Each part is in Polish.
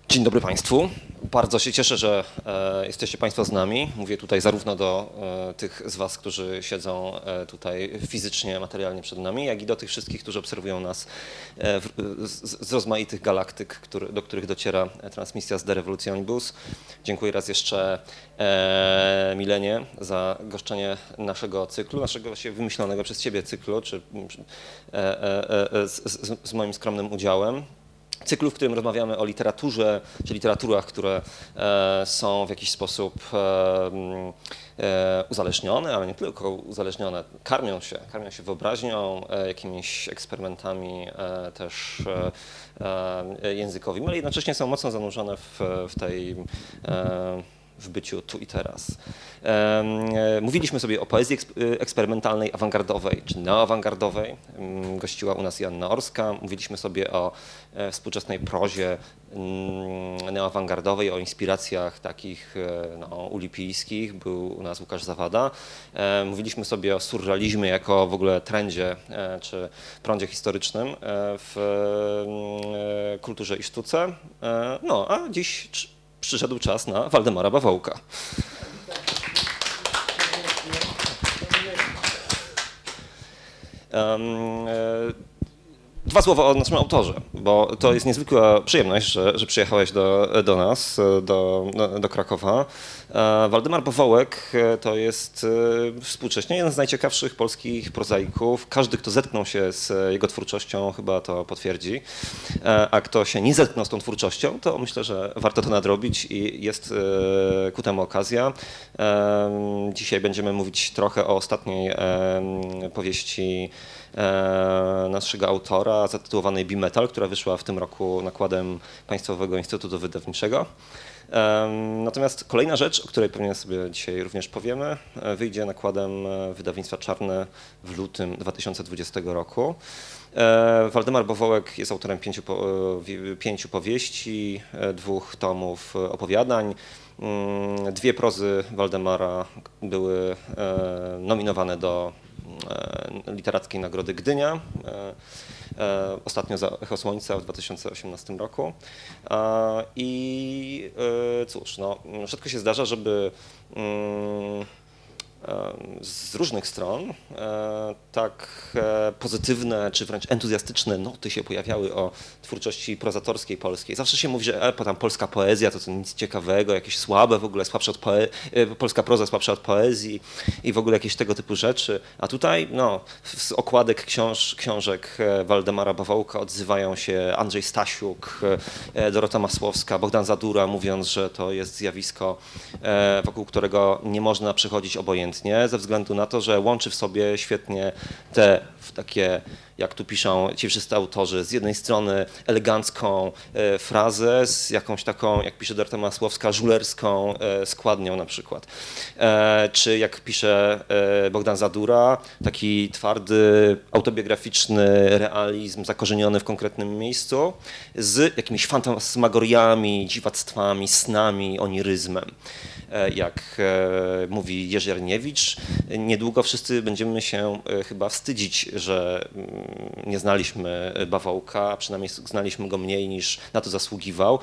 Dzień dobry Państwu. Bardzo się cieszę, że jesteście Państwo z nami. Mówię tutaj zarówno do tych z Was, którzy siedzą tutaj fizycznie, materialnie przed nami, jak i do tych wszystkich, którzy obserwują nas z rozmaitych galaktyk, do których dociera transmisja z De Revolutionibus. Dziękuję raz jeszcze Milenie za goszczenie naszego cyklu, naszego właściwie wymyślonego przez Ciebie cyklu, czy z moim skromnym udziałem. Cyklu, w którym rozmawiamy o literaturze, czy literaturach, które są w jakiś sposób uzależnione, ale nie tylko uzależnione, karmią się wyobraźnią, jakimiś eksperymentami też językowymi, ale jednocześnie są mocno zanurzone w byciu tu i teraz. Mówiliśmy sobie o poezji eksperymentalnej, awangardowej czy neoawangardowej. Gościła u nas Joanna Orska. Mówiliśmy sobie o współczesnej prozie neoawangardowej, o inspiracjach takich ulipijskich. Był u nas Łukasz Zawada. Mówiliśmy sobie o surrealizmie jako w ogóle trendzie czy prądzie historycznym w kulturze i sztuce. No, a dziś przyszedł czas na Waldemara Bawołka. Dwa słowa o naszym autorze, bo to jest niezwykła przyjemność, że przyjechałeś do nas, do Krakowa. Waldemar Bawołek to jest współcześnie jeden z najciekawszych polskich prozaików. Każdy, kto zetknął się z jego twórczością, chyba to potwierdzi. A kto się nie zetknął z tą twórczością, to myślę, że warto to nadrobić i jest ku temu okazja. Dzisiaj będziemy mówić trochę o ostatniej powieści naszego autora, zatytułowanej Bimetal, która wyszła w tym roku nakładem Państwowego Instytutu Wydawniczego. Natomiast kolejna rzecz, o której pewnie sobie dzisiaj również powiemy, wyjdzie nakładem wydawnictwa Czarne w lutym 2020 roku. Waldemar Bawołek jest autorem pięciu powieści, 2 tomów opowiadań. 2 prozy Waldemara były nominowane do Literackiej Nagrody Gdynia, ostatnio za Echo Słońca w 2018 roku. I cóż, no, rzadko się zdarza, żeby z różnych stron tak pozytywne czy wręcz entuzjastyczne noty się pojawiały o twórczości prozatorskiej polskiej. Zawsze się mówi, że tam polska poezja to nic ciekawego, jakieś słabe w ogóle, słabsze od polska proza słabsza od poezji i w ogóle jakieś tego typu rzeczy. A tutaj no, z okładek książek Waldemara Bawołka odzywają się Andrzej Stasiuk, Dorota Masłowska, Bogdan Zadura, mówiąc, że to jest zjawisko, wokół którego nie można przechodzić obojętnie, ze względu na to, że łączy w sobie świetnie te takie, jak tu piszą ci wszyscy autorzy, z jednej strony elegancką frazę z jakąś taką, jak pisze Dorota Masłowska, żulerską składnią na przykład. Czy jak pisze Bogdan Zadura, taki twardy, autobiograficzny realizm zakorzeniony w konkretnym miejscu z jakimiś fantasmagoriami, dziwactwami, snami, oniryzmem. Jak mówi Jerzy Jarniewicz, niedługo wszyscy będziemy się chyba wstydzić, że nie znaliśmy Bawołka, a przynajmniej znaliśmy go mniej niż na to zasługiwał.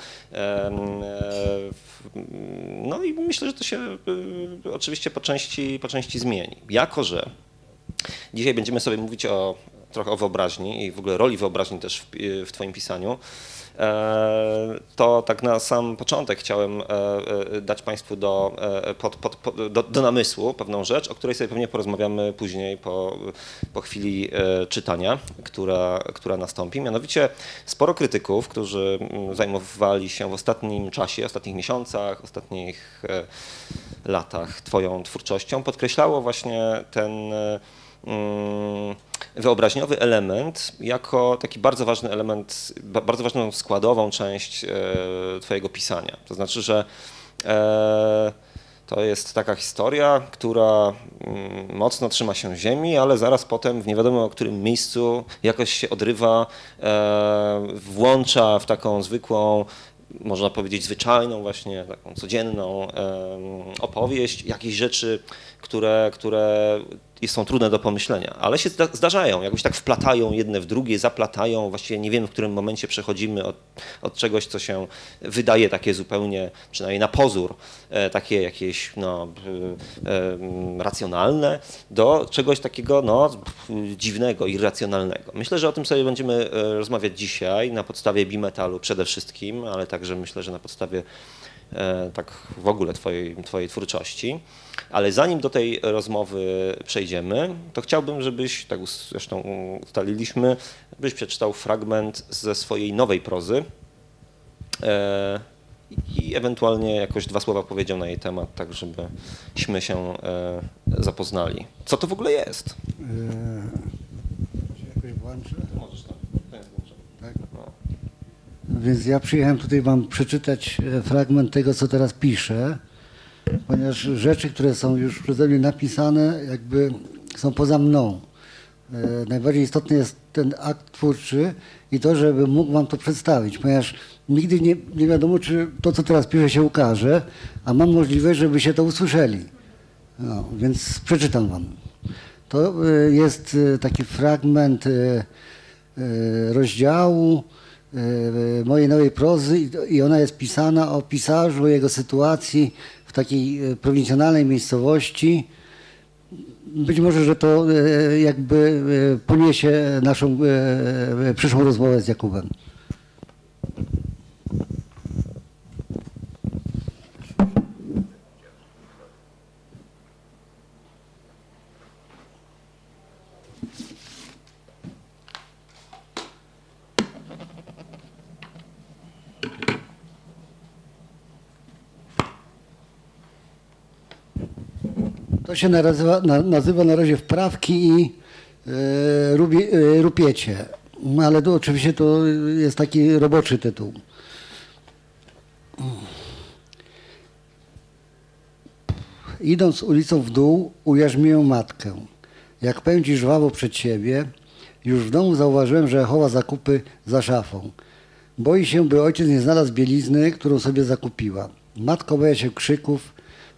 No i myślę, że to się oczywiście po części zmieni. Jako że dzisiaj będziemy sobie mówić trochę o wyobraźni i w ogóle roli wyobraźni też w Twoim pisaniu, to tak na sam początek chciałem dać Państwu do namysłu pewną rzecz, o której sobie pewnie porozmawiamy później po chwili czytania, która nastąpi. Mianowicie sporo krytyków, którzy zajmowali się w ostatnim czasie, ostatnich miesiącach, ostatnich latach Twoją twórczością, podkreślało właśnie ten wyobraźniowy element jako taki bardzo ważny element, bardzo ważną składową część Twojego pisania. To znaczy, że to jest taka historia, która mocno trzyma się ziemi, ale zaraz potem w nie wiadomo którym miejscu jakoś się odrywa, włącza w taką zwykłą, można powiedzieć zwyczajną właśnie, taką codzienną opowieść, jakieś rzeczy, które są trudne do pomyślenia, ale się zdarzają, jakoś tak wplatają jedne w drugie, zaplatają, właściwie nie wiem, w którym momencie przechodzimy od czegoś, co się wydaje takie zupełnie, przynajmniej na pozór, takie jakieś racjonalne, do czegoś takiego dziwnego, irracjonalnego. Myślę, że o tym sobie będziemy rozmawiać dzisiaj na podstawie bimetalu przede wszystkim, ale także myślę, że na podstawie tak w ogóle twojej twórczości. Ale zanim do tej rozmowy przejdziemy, to chciałbym, żebyś, tak zresztą ustaliliśmy, żebyś przeczytał fragment ze swojej nowej prozy i ewentualnie jakoś 2 słowa powiedział na jej temat, tak żebyśmy się zapoznali. Co to w ogóle jest? Jakoś włączę? Możesz tak. Tak. Więc ja przyjechałem tutaj wam przeczytać fragment tego, co teraz piszę, ponieważ rzeczy, które są już przeze mnie napisane, jakby są poza mną. Najbardziej istotny jest ten akt twórczy i to, żeby mógł wam to przedstawić, ponieważ nigdy nie wiadomo, czy to, co teraz piszę, się ukaże, a mam możliwość, żeby się to usłyszeli. No, więc przeczytam wam. To jest taki fragment rozdziału mojej nowej prozy i ona jest pisana o pisarzu, o jego sytuacji w takiej prowincjonalnej miejscowości. Być może, że to jakby poniesie naszą przyszłą rozmowę z Jakubem. To się nazywa na razie Wprawki i Rupiecie, ale to oczywiście to jest taki roboczy tytuł. Idąc ulicą w dół, ujarzmiłem matkę. Jak pędzi żwawo przed siebie, już w domu zauważyłem, że chowa zakupy za szafą. Boi się, by ojciec nie znalazł bielizny, którą sobie zakupiła. Matka obawia się krzyków,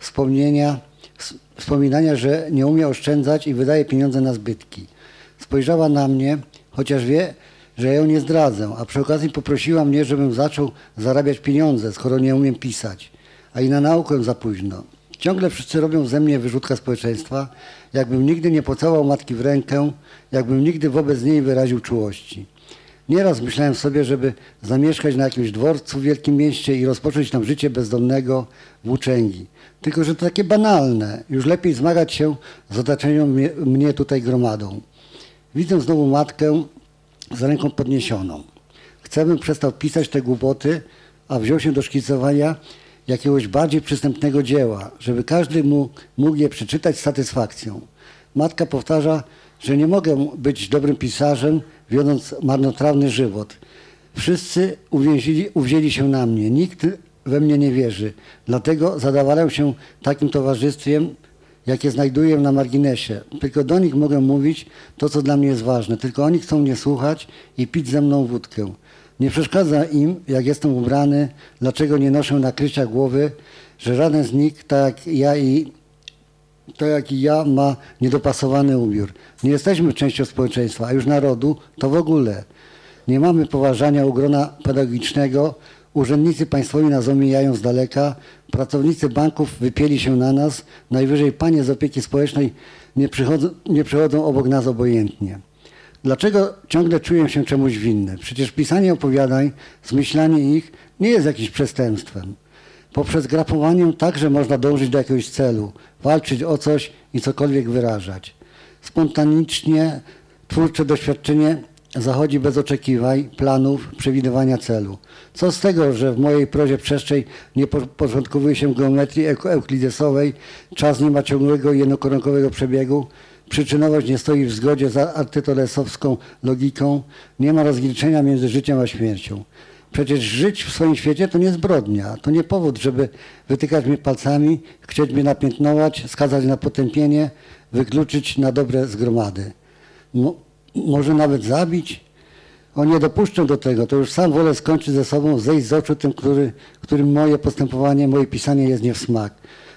wspominania, że nie umie oszczędzać i wydaje pieniądze na zbytki. Spojrzała na mnie, chociaż wie, że ja ją nie zdradzę, a przy okazji poprosiła mnie, żebym zaczął zarabiać pieniądze, skoro nie umiem pisać, a i na naukę za późno. Ciągle wszyscy robią ze mnie wyrzutka społeczeństwa, jakbym nigdy nie pocałował matki w rękę, jakbym nigdy wobec niej wyraził czułości. Nieraz myślałem sobie, żeby zamieszkać na jakimś dworcu w wielkim mieście i rozpocząć tam życie bezdomnego włóczęgi. Tylko że to takie banalne. Już lepiej zmagać się z otoczeniem mnie tutaj gromadą. Widzę znowu matkę z ręką podniesioną. Chcę, bym przestał pisać te głupoty, a wziął się do szkicowania jakiegoś bardziej przystępnego dzieła, żeby każdy mógł je przeczytać z satysfakcją. Matka powtarza, że nie mogę być dobrym pisarzem, wiodąc marnotrawny żywot. Wszyscy uwzięli się na mnie. Nikt we mnie nie wierzy. Dlatego zadawalę się takim towarzystwem, jakie znajduję na marginesie. Tylko do nich mogę mówić to, co dla mnie jest ważne. Tylko oni chcą mnie słuchać i pić ze mną wódkę. Nie przeszkadza im, jak jestem ubrany, dlaczego nie noszę nakrycia głowy, że żaden z nich, tak jak i ja, ma niedopasowany ubiór. Nie jesteśmy częścią społeczeństwa, a już narodu to w ogóle. Nie mamy poważania u grona pedagogicznego, urzędnicy państwowi nas omijają z daleka, pracownicy banków wypieli się na nas, najwyżej panie z opieki społecznej nie przechodzą obok nas obojętnie. Dlaczego ciągle czuję się czemuś winny? Przecież pisanie opowiadań, zmyślanie ich nie jest jakimś przestępstwem. Poprzez grafowanie także można dążyć do jakiegoś celu, walczyć o coś i cokolwiek wyrażać. Spontanicznie twórcze doświadczenie zachodzi bez oczekiwań, planów, przewidywania celu. Co z tego, że w mojej prozie przestrzeń nie porządkowuje się geometrii euklidesowej, czas nie ma ciągłego i jednokorynkowego przebiegu, przyczynowość nie stoi w zgodzie z arystotelesowską logiką, nie ma rozliczenia między życiem a śmiercią. Przecież żyć w swoim świecie to nie zbrodnia, to nie powód, żeby wytykać mnie palcami, chcieć mnie napiętnować, skazać na potępienie, wykluczyć na dobre z gromady. Może nawet zabić? O, nie dopuszczę do tego, to już sam wolę skończyć ze sobą, zejść z oczu tym, którym moje postępowanie, moje pisanie jest nie w smak.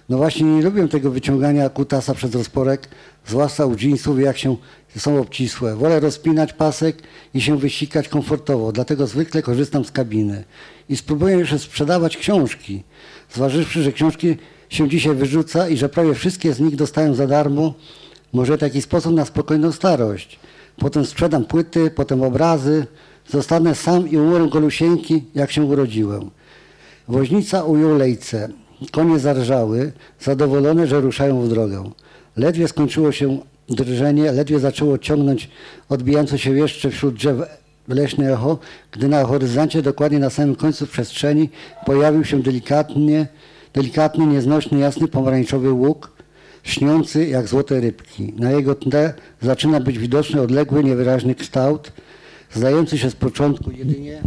No właśnie nie lubię tego wyciągania kutasa przez rozporek, zwłaszcza u dżinsów, jak się są obcisłe. Wolę rozpinać pasek i się wysikać komfortowo, dlatego zwykle korzystam z kabiny. I spróbuję jeszcze sprzedawać książki. Zważywszy, że książki się dzisiaj wyrzuca i że prawie wszystkie z nich dostają za darmo, może w taki sposób na spokojną starość. Potem sprzedam płyty, potem obrazy, zostanę sam i umrę golusieńki, jak się urodziłem. Woźnica ujął lejce. Konie zarżały, zadowolone, że ruszają w drogę. Ledwie skończyło się drżenie, ledwie zaczęło ciągnąć odbijające się jeszcze wśród drzew leśne echo, gdy na horyzoncie, dokładnie na samym końcu przestrzeni, pojawił się delikatny, nieznośny, jasny, pomarańczowy łuk, śniący jak złote rybki. Na jego tle zaczyna być widoczny odległy, niewyraźny kształt, zdający się z początku jedynie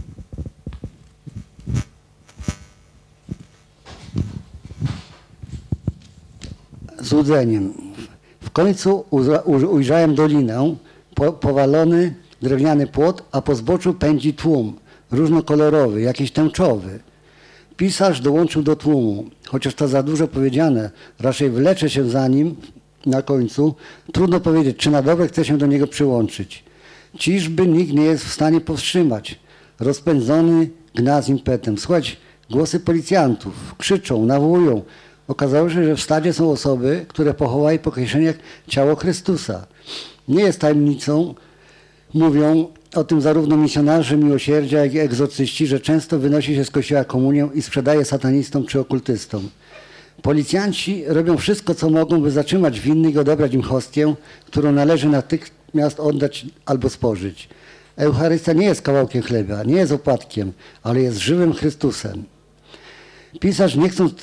złudzeniem. W końcu ujrzałem dolinę, powalony drewniany płot, a po zboczu pędzi tłum, różnokolorowy, jakiś tęczowy. Pisarz dołączył do tłumu, chociaż to za dużo powiedziane, raczej wlecze się za nim na końcu. Trudno powiedzieć, czy na dobre chce się do niego przyłączyć. Ciżby nikt nie jest w stanie powstrzymać. Rozpędzony gna z impetem. Słychać głosy policjantów, krzyczą, nawołują. Okazało się, że w stadzie są osoby, które pochowały po kieszeniach ciało Chrystusa. Nie jest tajemnicą, mówią o tym zarówno misjonarze miłosierdzia, jak i egzorcyści, że często wynosi się z kościoła komunię i sprzedaje satanistom czy okultystom. Policjanci robią wszystko, co mogą, by zatrzymać winnych i odebrać im hostię, którą należy natychmiast oddać albo spożyć. Eucharystia nie jest kawałkiem chleba, nie jest opłatkiem, ale jest żywym Chrystusem. Pisarz, nie chcąc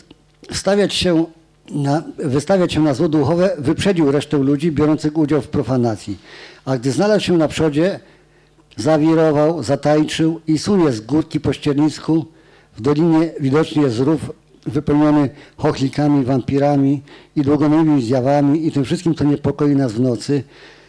wystawiać się na zło duchowe, wyprzedził resztę ludzi biorących udział w profanacji. A gdy znalazł się na przodzie, zawirował, zatańczył i sunie z górki po ściernisku. W dolinie widocznie jest rów wypełniony chochlikami, wampirami i długonowymi zjawami i tym wszystkim, co niepokoi nas w nocy.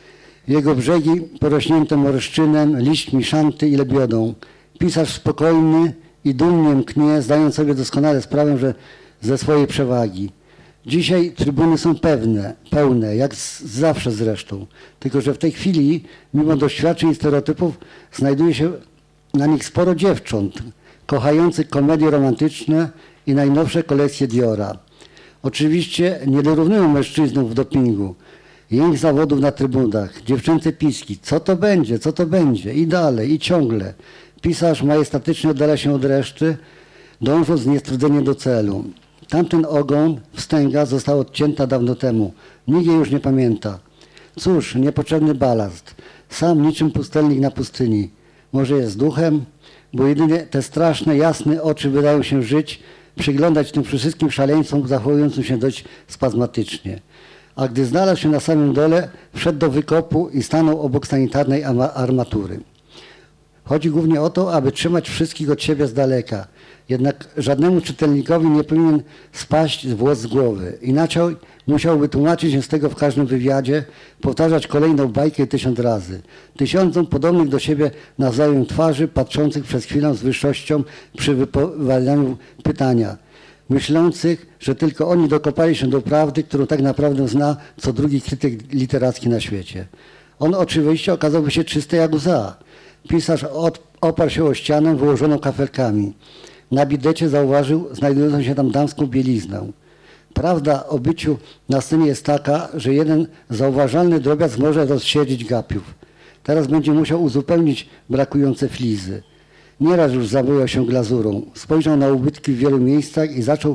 Jego brzegi porośnięte morszczynem, liśćmi szanty i lebiodą. Pisarz spokojny i dumnie mknie, zdając sobie doskonale sprawę ze swojej przewagi. Dzisiaj trybuny są pełne, jak zawsze zresztą. Tylko że w tej chwili, mimo doświadczeń i stereotypów, znajduje się na nich sporo dziewcząt, kochających komedie romantyczne i najnowsze kolekcje Diora. Oczywiście nie dorównują mężczyznom w dopingu. Jęk zawodów na trybunach, dziewczęce piski, co to będzie i dalej, i ciągle. Pisarz majestatycznie oddala się od reszty, dążąc niestrudzenie do celu. Tamten ogon, wstęga została odcięta dawno temu. Nikt jej już nie pamięta. Cóż, niepotrzebny balast. Sam niczym pustelnik na pustyni. Może jest duchem, bo jedynie te straszne, jasne oczy wydają się żyć, przyglądać tym wszystkim szaleńcom zachowującym się dość spazmatycznie. A gdy znalazł się na samym dole, wszedł do wykopu i stanął obok sanitarnej armatury. Chodzi głównie o to, aby trzymać wszystkich od siebie z daleka. Jednak żadnemu czytelnikowi nie powinien spaść włos z głowy. Inaczej musiałby tłumaczyć się z tego w każdym wywiadzie, powtarzać kolejną bajkę 1000 razy. Tysiącom podobnych do siebie nawzajem twarzy, patrzących przez chwilę z wyższością przy wypowiadaniu pytania. Myślących, że tylko oni dokopali się do prawdy, którą tak naprawdę zna co drugi krytyk literacki na świecie. On oczywiście okazałby się czysty jak łza. Pisarz oparł się o ścianę wyłożoną kafelkami. Na bidecie zauważył znajdującą się tam damską bieliznę. Prawda o byciu na scenie jest taka, że jeden zauważalny drobiazg może rozsiedzieć gapiów. Teraz będzie musiał uzupełnić brakujące flizy. Nieraz już zabujał się glazurą. Spojrzał na ubytki w wielu miejscach i zaczął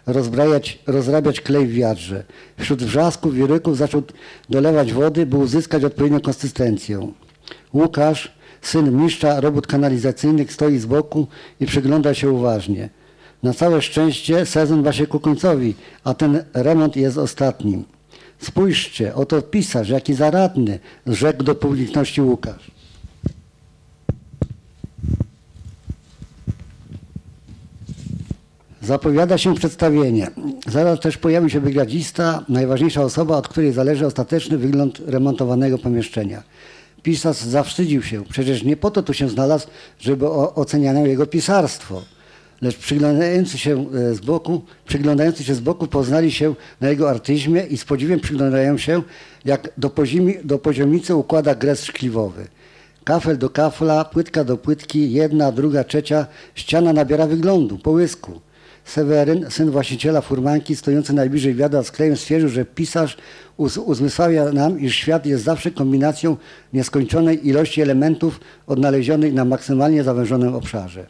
rozrabiać klej w wiadrze. Wśród wrzasków, wiryków zaczął dolewać wody, by uzyskać odpowiednią konsystencję. Łukasz, syn mistrza robót kanalizacyjnych, stoi z boku i przygląda się uważnie. Na całe szczęście sezon ma się ku końcowi, a ten remont jest ostatnim. Spójrzcie, oto pisarz, jaki zaradny, rzekł do publiczności Łukasz. Zapowiada się przedstawienie. Zaraz też pojawi się wywiadzista, najważniejsza osoba, od której zależy ostateczny wygląd remontowanego pomieszczenia. Pisarz zawstydził się. Przecież nie po to tu się znalazł, żeby oceniano jego pisarstwo. lecz przyglądający się z boku poznali się na jego artyzmie i z podziwem przyglądają się, jak do poziomicy układa gres szkliwowy. Kafel do kafla, płytka do płytki, jedna, druga, trzecia, ściana nabiera wyglądu, połysku. Seweryn, syn właściciela furmanki, stojący najbliżej wiadra z klejem, stwierdził, że pisarz uzmysławia nam, iż świat jest zawsze kombinacją nieskończonej ilości elementów odnalezionych na maksymalnie zawężonym obszarze.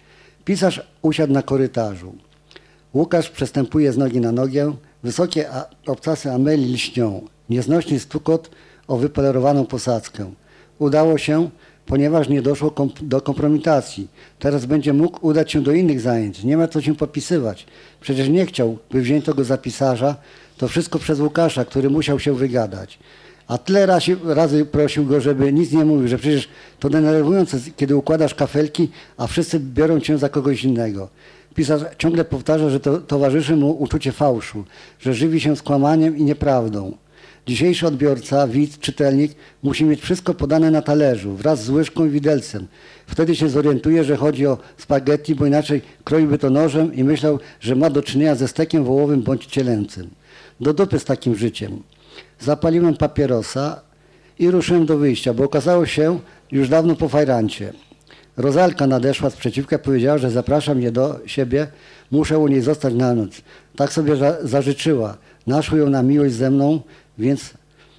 Pisarz usiadł na korytarzu. Łukasz przestępuje z nogi na nogę, wysokie obcasy Amelii lśnią, nieznośny stukot o wypolerowaną posadzkę. Udało się, ponieważ nie doszło do kompromitacji. Teraz będzie mógł udać się do innych zajęć. Nie ma co się popisywać. Przecież nie chciał, by wzięto go za pisarza. To wszystko przez Łukasza, który musiał się wygadać. A tyle razy prosił go, żeby nic nie mówił, że przecież to denerwujące, kiedy układasz kafelki, a wszyscy biorą cię za kogoś innego. Pisarz ciągle powtarza, że to towarzyszy mu uczucie fałszu, że żywi się skłamaniem i nieprawdą. Dzisiejszy odbiorca, widz, czytelnik musi mieć wszystko podane na talerzu wraz z łyżką i widelcem. Wtedy się zorientuje, że chodzi o spaghetti, bo inaczej kroiłby to nożem i myślał, że ma do czynienia ze stekiem wołowym bądź cielęcym. Do dupy z takim życiem. Zapaliłem papierosa i ruszyłem do wyjścia, bo okazało się już dawno po fajrancie. Rozalka nadeszła sprzeciwka, powiedziała, że zaprasza mnie do siebie, muszę u niej zostać na noc. Tak sobie zażyczyła. Naszły ją na miłość ze mną, więc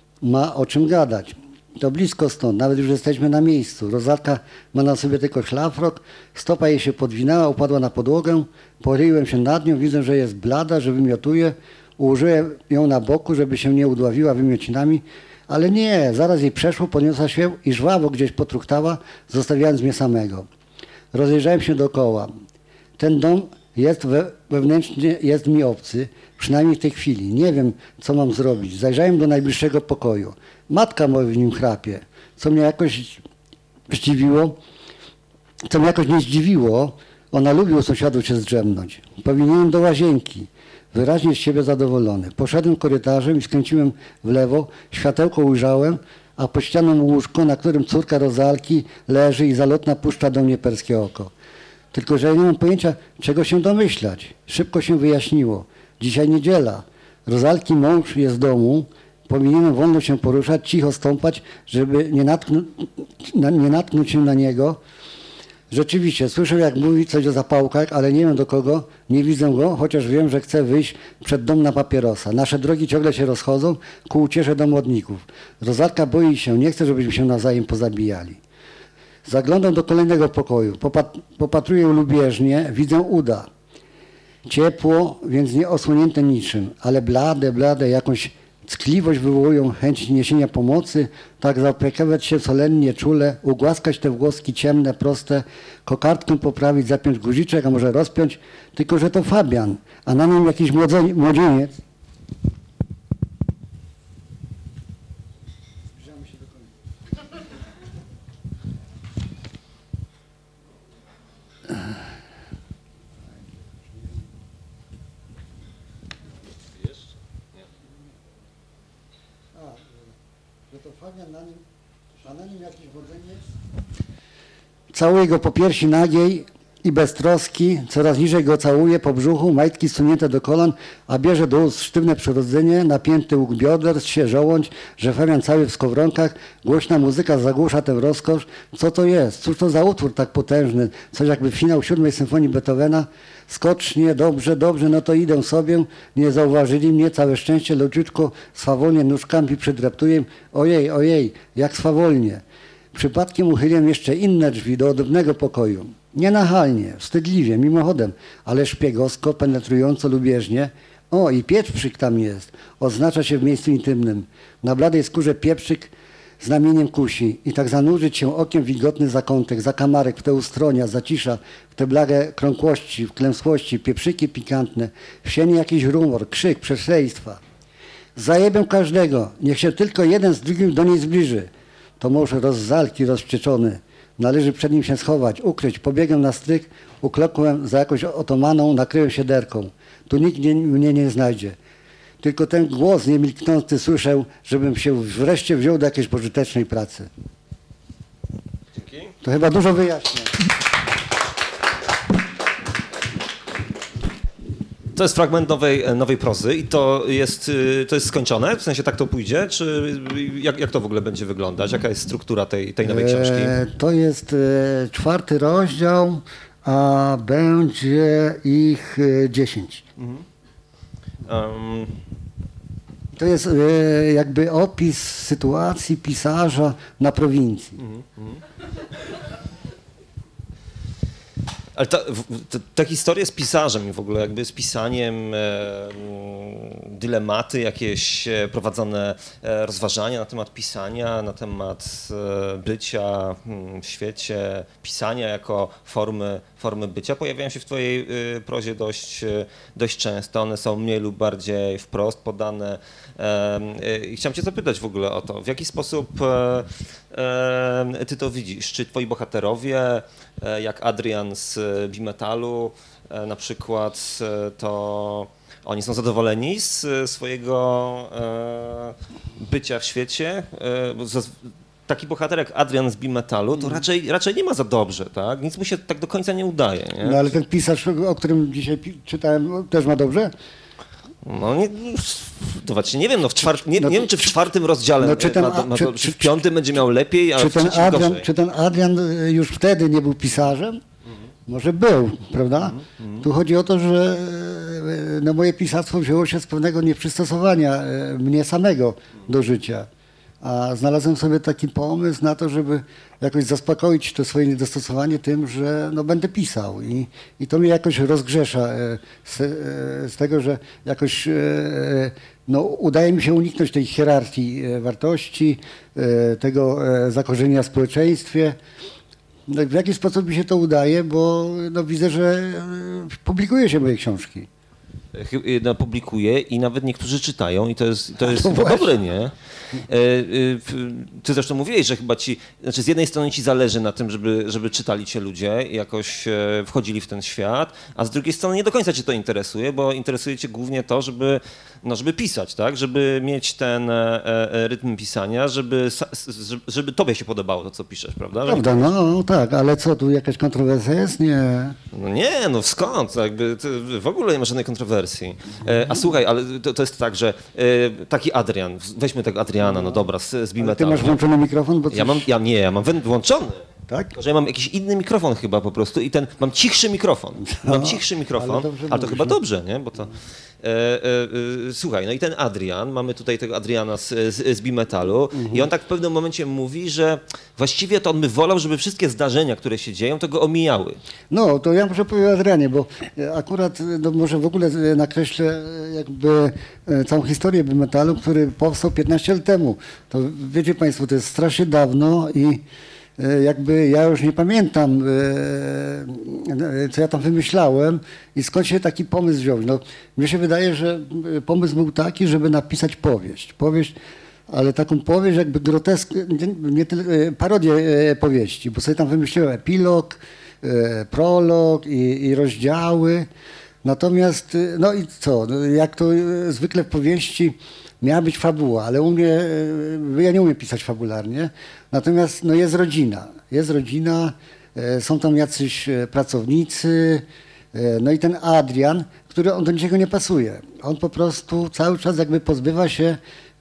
ma o czym gadać. To blisko stąd, nawet już jesteśmy na miejscu. Rozalka ma na sobie tylko szlafrok, stopa jej się podwinęła, upadła na podłogę, pochyliłem się nad nią, widzę, że jest blada, że wymiotuje, ułożyłem ją na boku, żeby się nie udławiła wymiocinami, ale nie, zaraz jej przeszło, podniosła się i żwawo gdzieś potruchtała, zostawiając mnie samego. Rozejrzałem się dookoła. Ten dom wewnętrznie jest mi obcy, przynajmniej w tej chwili. Nie wiem, co mam zrobić. Zajrzałem do najbliższego pokoju. Matka moja w nim chrapie, co mnie jakoś nie zdziwiło. Ona lubi u sąsiadów się zdrzemnąć. Powinienem do łazienki. Wyraźnie z siebie zadowolony. Poszedłem korytarzem i skręciłem w lewo. Światełko ujrzałem, a pod ścianą łóżko, na którym córka Rozalki leży i zalotna puszcza do mnie perskie oko. Tylko że ja nie mam pojęcia, czego się domyślać. Szybko się wyjaśniło. Dzisiaj niedziela. Rozalki mąż jest w domu. Powinienem wolno się poruszać, cicho stąpać, żeby nie natknąć się na niego. Rzeczywiście, słyszę, jak mówi coś o zapałkach, ale nie wiem do kogo, nie widzę go, chociaż wiem, że chce wyjść przed dom na papierosa. Nasze drogi ciągle się rozchodzą ku uciesze domowników. Rozalka boi się, nie chce, żebyśmy się nawzajem pozabijali. Zaglądam do kolejnego pokoju, popatruję lubieżnie, widzę uda. Ciepło, więc nie osłonięte niczym, ale blade, jakąś ckliwość wywołują chęć niesienia pomocy, tak zaopiekować się solennie, czule, ugłaskać te włoski ciemne, proste, kokardką poprawić, zapiąć guziczek, a może rozpiąć, tylko że to Fabian, a na nim jakiś młodzieniec. A na nim jakiś wodzeniec. Całuje go po piersi nagiej i bez troski, coraz niżej go całuje po brzuchu, majtki sunięte do kolan, a bierze do ust sztywne przyrodzenie, napięty łuk bioder, się żołądź, że Fabian cały w skowronkach, głośna muzyka zagłusza tę rozkosz. Co to jest? Cóż to za utwór tak potężny? Coś jakby finał 7 symfonii Beethovena. Skocznie, dobrze, no to idę sobie, nie zauważyli mnie, całe szczęście, leciutko, swawolnie nóżkami przydreptuję. Ojej, jak swawolnie. Przypadkiem uchyliłem jeszcze inne drzwi do odrobnego pokoju. Nienachalnie, wstydliwie, mimochodem, ale szpiegowsko, penetrująco, lubieżnie. O, i pieprzyk tam jest, oznacza się w miejscu intymnym. Na bladej skórze pieprzyk znamieniem kusi i tak zanurzyć się okiem w wilgotny zakątek, zakamarek, w te ustronia, zacisza, w te blage krągłości, w klęsłości, pieprzyki pikantne, w sieni jakiś rumor, krzyk, przekleństwa. Zajebię każdego, niech się tylko jeden z drugim do niej zbliży. To mąż Rozalki rozwścieczony. Należy przed nim się schować, ukryć. Pobiegłem na stryk, uklokłem za jakąś otomaną, nakryłem się derką. Tu nikt mnie nie znajdzie. Tylko ten głos niemilknący słyszę, żebym się wreszcie wziął do jakiejś pożytecznej pracy. Dzięki. To chyba dużo wyjaśnia. To jest fragment nowej prozy i to jest skończone? W sensie tak to pójdzie? Czy jak to w ogóle będzie wyglądać? Jaka jest struktura tej nowej książki? To jest 4 rozdział, a będzie ich 10. To jest jakby opis sytuacji pisarza na prowincji. Ale te historie z pisarzem i w ogóle jakby z pisaniem, dylematy jakieś prowadzone, rozważania na temat pisania, na temat bycia w świecie, pisania jako formy bycia pojawiają się w twojej prozie dość często. One są mniej lub bardziej wprost podane. I chciałem cię zapytać w ogóle o to, w jaki sposób ty to widzisz? Czy twoi bohaterowie, jak Adrian z Bimetalu na przykład, to oni są zadowoleni z swojego bycia w świecie? Bo taki bohater jak Adrian z Bimetalu to raczej nie ma za dobrze, tak? Nic mu się tak do końca nie udaje. Nie? No ale ten pisarz, o którym dzisiaj czytałem, też ma dobrze? No nie, to właśnie nie wiem, nie wiem, czy w 4 rozdziale, czy w 5 będzie miał lepiej, a w 3 gorzej. Czy ten Adrian już wtedy nie był pisarzem? Może był, prawda? Tu chodzi o to, że no, moje pisarstwo wzięło się z pewnego nieprzystosowania mnie samego do życia. A znalazłem sobie taki pomysł na to, żeby jakoś zaspokoić to swoje niedostosowanie tym, że no, będę pisał. I to mnie jakoś rozgrzesza z tego, że jakoś no, udaje mi się uniknąć tej hierarchii wartości, tego zakorzenienia w społeczeństwie. No, w jaki sposób mi się to udaje, bo no, widzę, że publikuje się moje książki. Publikuje i nawet niektórzy czytają i to jest dobre, nie? Ty zresztą mówiłeś, że chyba z jednej strony ci zależy na tym, żeby czytali cię ludzie i jakoś wchodzili w ten świat, a z drugiej strony nie do końca cię to interesuje, bo interesuje cię głównie to, żeby pisać, tak? Żeby mieć ten rytm pisania, żeby tobie się podobało to, co piszesz, prawda? Prawda, no tak, ale co, tu jakaś kontrowersja jest? Nie. No nie, no skąd? Jakby w ogóle nie ma żadnej kontrowersji. A słuchaj, ale to jest tak, że taki Adrian, weźmy tego Adriana, no dobra, z Bimetalu. Ty masz włączony mikrofon? Bo coś... Ja mam włączony. Tak? Tylko, że ja mam jakiś inny mikrofon chyba po prostu i mam cichszy mikrofon. Mam cichszy mikrofon, ale to chyba dobrze, nie? Bo to... Słuchaj, no i ten Adrian, mamy tutaj tego Adriana z Bimetalu i on tak w pewnym momencie mówi, że właściwie to on by wolał, żeby wszystkie zdarzenia, które się dzieją, to go omijały. No, to ja muszę powiedzieć o Adrianie, bo akurat no, może w ogóle nakreślę jakby całą historię Bimetalu, który powstał 15 lat temu. To wiecie Państwo, to jest strasznie dawno i jakby ja już nie pamiętam, co ja tam wymyślałem i skąd się taki pomysł wziął. No, mnie się wydaje, że pomysł był taki, żeby napisać powieść, ale taką powieść jakby nie tyle parodię powieści, bo sobie tam wymyśliłem epilog, prolog i rozdziały. Natomiast, no i co, jak to zwykle w powieści miała być fabuła, ale u mnie, ja nie umiem pisać fabularnie, natomiast no jest rodzina, są tam jacyś pracownicy, no i ten Adrian, on do niczego nie pasuje. On po prostu cały czas jakby pozbywa się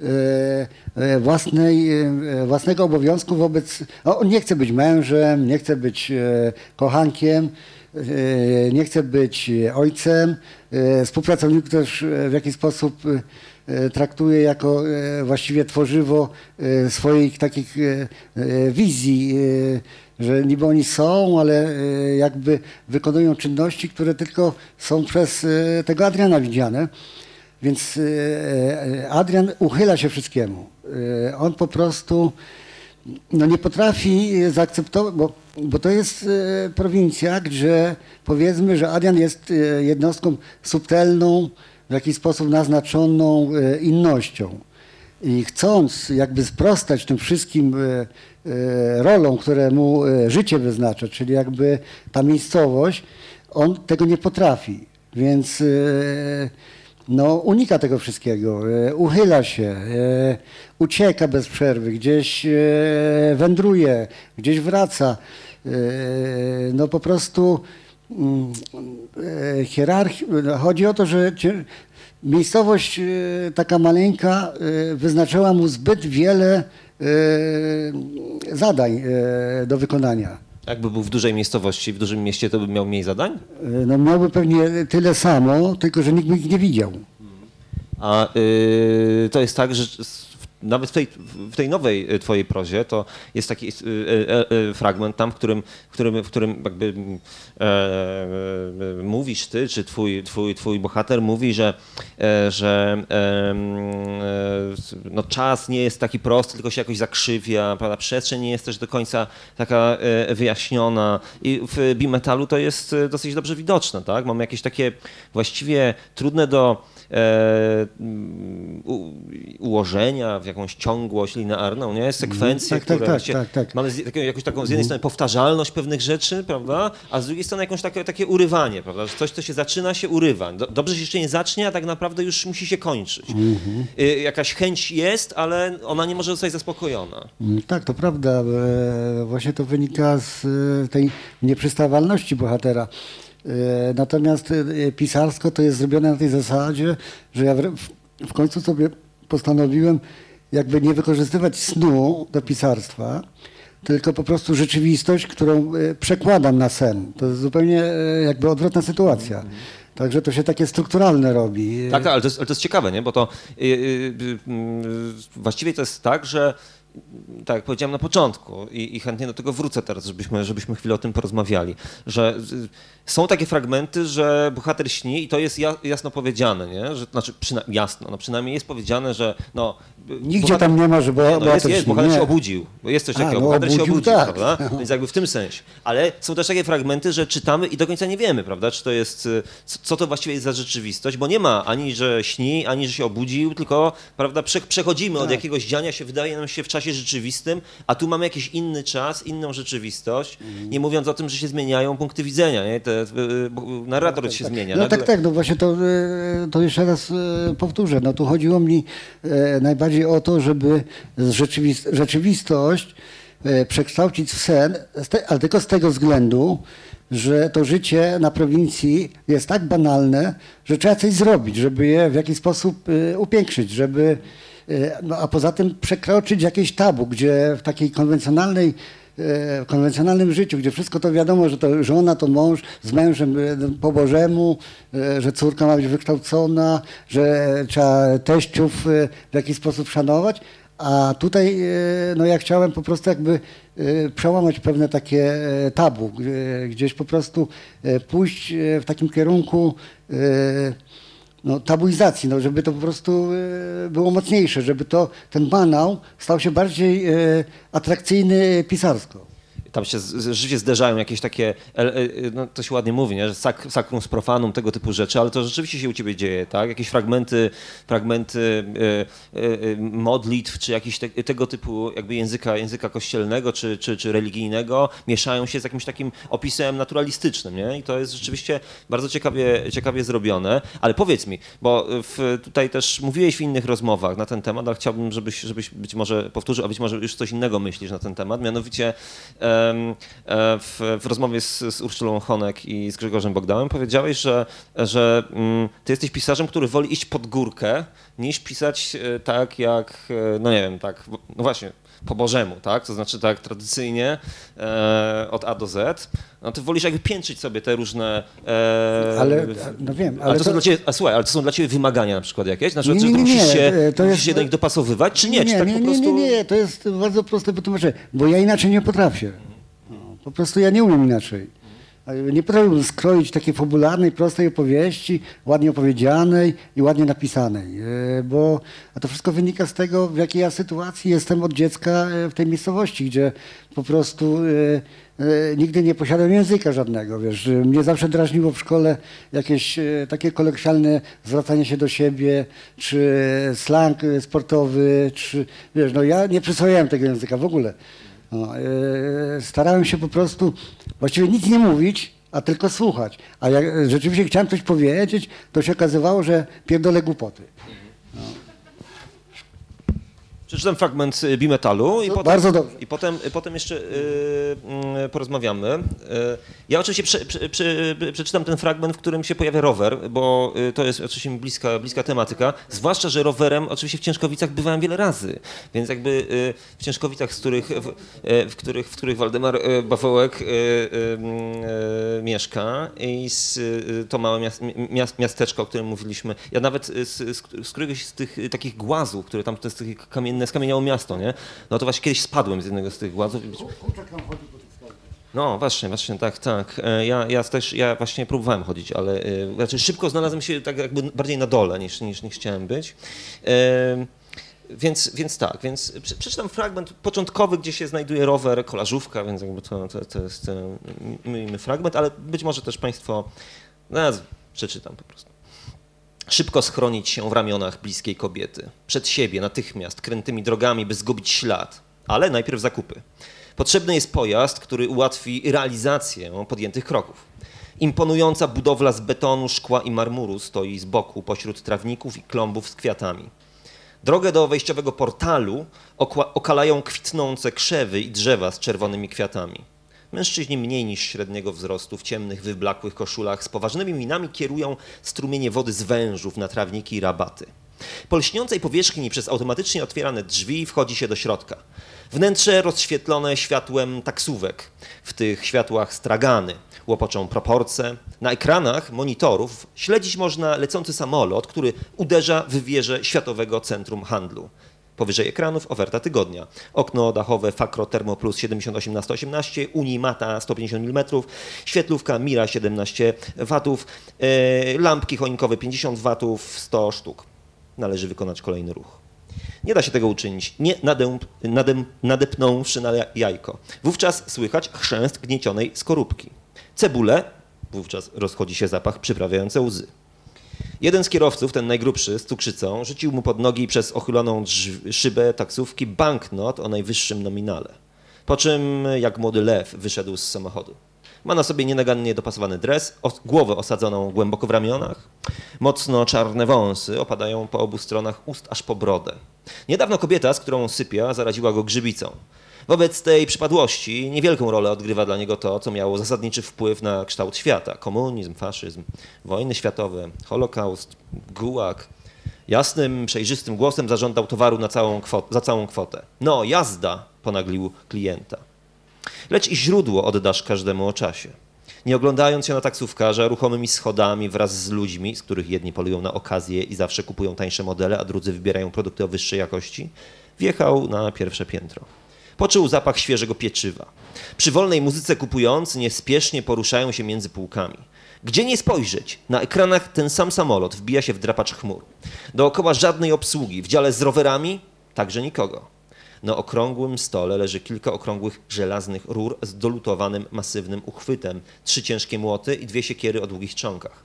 własnego obowiązku wobec, on nie chce być mężem, nie chce być kochankiem, nie chce być ojcem, współpracowników też w jakiś sposób traktuje jako właściwie tworzywo swoich takich wizji, że niby oni są, ale jakby wykonują czynności, które tylko są przez tego Adriana widziane. Więc Adrian uchyla się wszystkiemu. On po prostu no, nie potrafi zaakceptować, bo to jest prowincja, gdzie powiedzmy, że Adrian jest jednostką subtelną, w jakiś sposób naznaczoną innością. I chcąc jakby sprostać tym wszystkim rolom, które mu życie wyznacza, czyli jakby ta miejscowość, on tego nie potrafi. Więc no, unika tego wszystkiego, uchyla się, ucieka bez przerwy, gdzieś wędruje, gdzieś wraca. No po prostu hierarchii, chodzi o to, że miejscowość taka maleńka wyznaczyła mu zbyt wiele zadań do wykonania. Jakby był w dużej miejscowości, w dużym mieście, to by miał mniej zadań? No miałby pewnie tyle samo, tylko że nikt by ich nie widział. A to jest tak, że nawet w tej nowej twojej prozie to jest taki fragment tam, w którym jakby mówisz ty, czy twój bohater mówi, że no czas nie jest taki prosty, tylko się jakoś zakrzywia, prawda? Przestrzeń nie jest też do końca taka wyjaśniona i w bimetalu to jest dosyć dobrze widoczne, tak? Mamy jakieś takie właściwie trudne do ułożenia w jakąś ciągłość linearną, nie? Sekwencje, które mamy jakąś taką z jednej strony powtarzalność pewnych rzeczy, prawda? A z drugiej strony jakąś takie urywanie, prawda? Że coś, co się zaczyna, się urywa. Dobrze się jeszcze nie zacznie, a tak naprawdę już musi się kończyć. Jakaś chęć jest, ale ona nie może zostać zaspokojona. Tak, to prawda. Właśnie to wynika z tej nieprzystawalności bohatera. Natomiast pisarsko to jest zrobione na tej zasadzie, że ja w końcu sobie postanowiłem jakby nie wykorzystywać snu do pisarstwa, tylko po prostu rzeczywistość, którą przekładam na sen. To jest zupełnie jakby odwrotna sytuacja. Także to się takie strukturalne robi. Tak, ale to jest ciekawe, nie? Bo to właściwie to jest tak, że tak jak powiedziałem na początku i chętnie do tego wrócę teraz, żebyśmy chwilę o tym porozmawiali, że są takie fragmenty, że bohater śni i to jest jasno powiedziane, nie? Że, znaczy jasno, no przynajmniej jest powiedziane, że no... Nigdzie bohater, tam nie ma, że bohater się obudził, bo jest coś takiego, bohater się obudził, tak, prawda? Więc jakby w tym sensie. Ale są też takie fragmenty, że czytamy i do końca nie wiemy, prawda? Czy to jest, co to właściwie jest za rzeczywistość, bo nie ma ani, że śni, ani, że się obudził, tylko, prawda, przechodzimy od jakiegoś dziania, się wydaje nam się w czasie rzeczywistym, a tu mamy jakiś inny czas, inną rzeczywistość, nie mówiąc o tym, że się zmieniają punkty widzenia, nie? Narrator się zmienia. No tak, no właśnie to jeszcze raz powtórzę. No tu chodziło mi najbardziej o to, żeby rzeczywistość przekształcić w sen, ale tylko z tego względu, że to życie na prowincji jest tak banalne, że trzeba coś zrobić, żeby je w jakiś sposób upiększyć, żeby, no, a poza tym przekroczyć jakieś tabu, gdzie w takiej w konwencjonalnym życiu, gdzie wszystko to wiadomo, że to żona, to mąż z mężem po Bożemu, że córka ma być wykształcona, że trzeba teściów w jakiś sposób szanować, a tutaj no ja chciałem po prostu jakby przełamać pewne takie tabu, gdzieś po prostu pójść w takim kierunku no, tabuizacji, no, żeby to po prostu było mocniejsze, żeby ten banał stał się bardziej atrakcyjny pisarsko. Tam się życie zderzają jakieś takie, no to się ładnie mówi, nie? Że sacrum z profanum, tego typu rzeczy, ale to rzeczywiście się u ciebie dzieje, tak? Jakieś fragmenty modlitw, czy jakieś tego typu jakby języka kościelnego, czy religijnego mieszają się z jakimś takim opisem naturalistycznym, nie? I to jest rzeczywiście bardzo ciekawie zrobione, ale powiedz mi, bo tutaj też mówiłeś w innych rozmowach na ten temat, ale chciałbym, żebyś być może powtórzył, a być może już coś innego myślisz na ten temat, mianowicie w rozmowie z Urszulą Honek i z Grzegorzem Bogdałem powiedziałeś, że ty jesteś pisarzem, który woli iść pod górkę, niż pisać tak jak, no nie wiem, tak, no właśnie, po Bożemu, tak? To znaczy tak tradycyjnie od A do Z. No ty wolisz jakby piętrzyć sobie te różne... ale, no wiem, ale to są dla ciebie, słuchaj, ale to są dla ciebie wymagania na przykład jakieś? Znaczy, musisz się do nich dopasowywać, czy nie? Czy tak po prostu... Nie, to jest bardzo proste wytłumaczenie, bo ja inaczej nie potrafię. Po prostu ja nie umiem inaczej. Nie potrafiłbym skroić takiej fabularnej, prostej opowieści, ładnie opowiedzianej i ładnie napisanej, a to wszystko wynika z tego, w jakiej ja sytuacji jestem od dziecka w tej miejscowości, gdzie po prostu nigdy nie posiadałem języka żadnego, wiesz. Mnie zawsze drażniło w szkole jakieś takie kolokwialne zwracanie się do siebie, czy slang sportowy, czy wiesz, no ja nie przyswajałem tego języka w ogóle. No, starałem się po prostu właściwie nic nie mówić, a tylko słuchać. A jak rzeczywiście chciałem coś powiedzieć, to się okazywało, że pierdolę głupoty. No. Przeczytam fragment Bimetalu i Bardzo dobrze. I potem jeszcze porozmawiamy. Ja oczywiście przeczytam ten fragment, w którym się pojawia rower, bo to jest oczywiście mi bliska tematyka, zwłaszcza, że rowerem oczywiście w Ciężkowicach bywałem wiele razy, więc jakby w Ciężkowicach, w których Waldemar Bawołek mieszka i to małe miasteczko, o którym mówiliśmy, ja nawet z któregoś z tych takich głazów, które tam to jest takie skamieniało miasto, nie? No to właśnie kiedyś spadłem z jednego z tych głazów. No właśnie, tak. Ja właśnie próbowałem chodzić, ale raczej szybko znalazłem się tak jakby bardziej na dole niż chciałem być. Więc przeczytam fragment początkowy, gdzie się znajduje rower, kolażówka, więc jakby to jest fragment, ale być może też Państwo, przeczytam po prostu. Szybko schronić się w ramionach bliskiej kobiety. Przed siebie, natychmiast, krętymi drogami, by zgubić ślad. Ale najpierw zakupy. Potrzebny jest pojazd, który ułatwi realizację podjętych kroków. Imponująca budowla z betonu, szkła i marmuru stoi z boku pośród trawników i klombów z kwiatami. Drogę do wejściowego portalu okalają kwitnące krzewy i drzewa z czerwonymi kwiatami. Mężczyźni mniej niż średniego wzrostu, w ciemnych, wyblakłych koszulach, z poważnymi minami kierują strumienie wody z wężów na trawniki i rabaty. Po lśniącej powierzchni przez automatycznie otwierane drzwi wchodzi się do środka. Wnętrze rozświetlone światłem taksówek. W tych światłach stragany łopoczą proporcje. Na ekranach monitorów śledzić można lecący samolot, który uderza w wieżę Światowego Centrum Handlu. Powyżej ekranów oferta tygodnia. Okno dachowe Fakro Thermo Plus 78/118, Unimata 150 mm, świetlówka Mira 17 W, lampki choinkowe 50 W, 100 sztuk. Należy wykonać kolejny ruch. Nie da się tego uczynić, nie nadepnąwszy na jajko. Wówczas słychać chrzęst gniecionej skorupki. Cebulę, wówczas rozchodzi się zapach przyprawiający łzy. Jeden z kierowców, ten najgrubszy, z cukrzycą, rzucił mu pod nogi przez uchyloną szybę taksówki banknot o najwyższym nominale. Po czym, jak młody lew, wyszedł z samochodu. Ma na sobie nienagannie dopasowany dres, głowę osadzoną głęboko w ramionach. Mocno czarne wąsy opadają po obu stronach ust aż po brodę. Niedawno kobieta, z którą sypia, zaraziła go grzybicą. Wobec tej przypadłości niewielką rolę odgrywa dla niego to, co miało zasadniczy wpływ na kształt świata. Komunizm, faszyzm, wojny światowe, Holokaust, gułag. Jasnym, przejrzystym głosem zażądał towaru za całą kwotę. No, jazda, ponaglił klienta. Lecz i źródło oddasz każdemu o czasie. Nie oglądając się na taksówkarza ruchomymi schodami wraz z ludźmi, z których jedni polują na okazję i zawsze kupują tańsze modele, a drudzy wybierają produkty o wyższej jakości, wjechał na pierwsze piętro. Poczuł zapach świeżego pieczywa. Przy wolnej muzyce kupujący niespiesznie poruszają się między półkami. Gdzie nie spojrzeć, na ekranach ten sam samolot wbija się w drapacz chmur. Dookoła żadnej obsługi, w dziale z rowerami także nikogo. Na okrągłym stole leży kilka okrągłych żelaznych rur z dolutowanym masywnym uchwytem, 3 ciężkie młoty i 2 siekiery o długich trzonkach.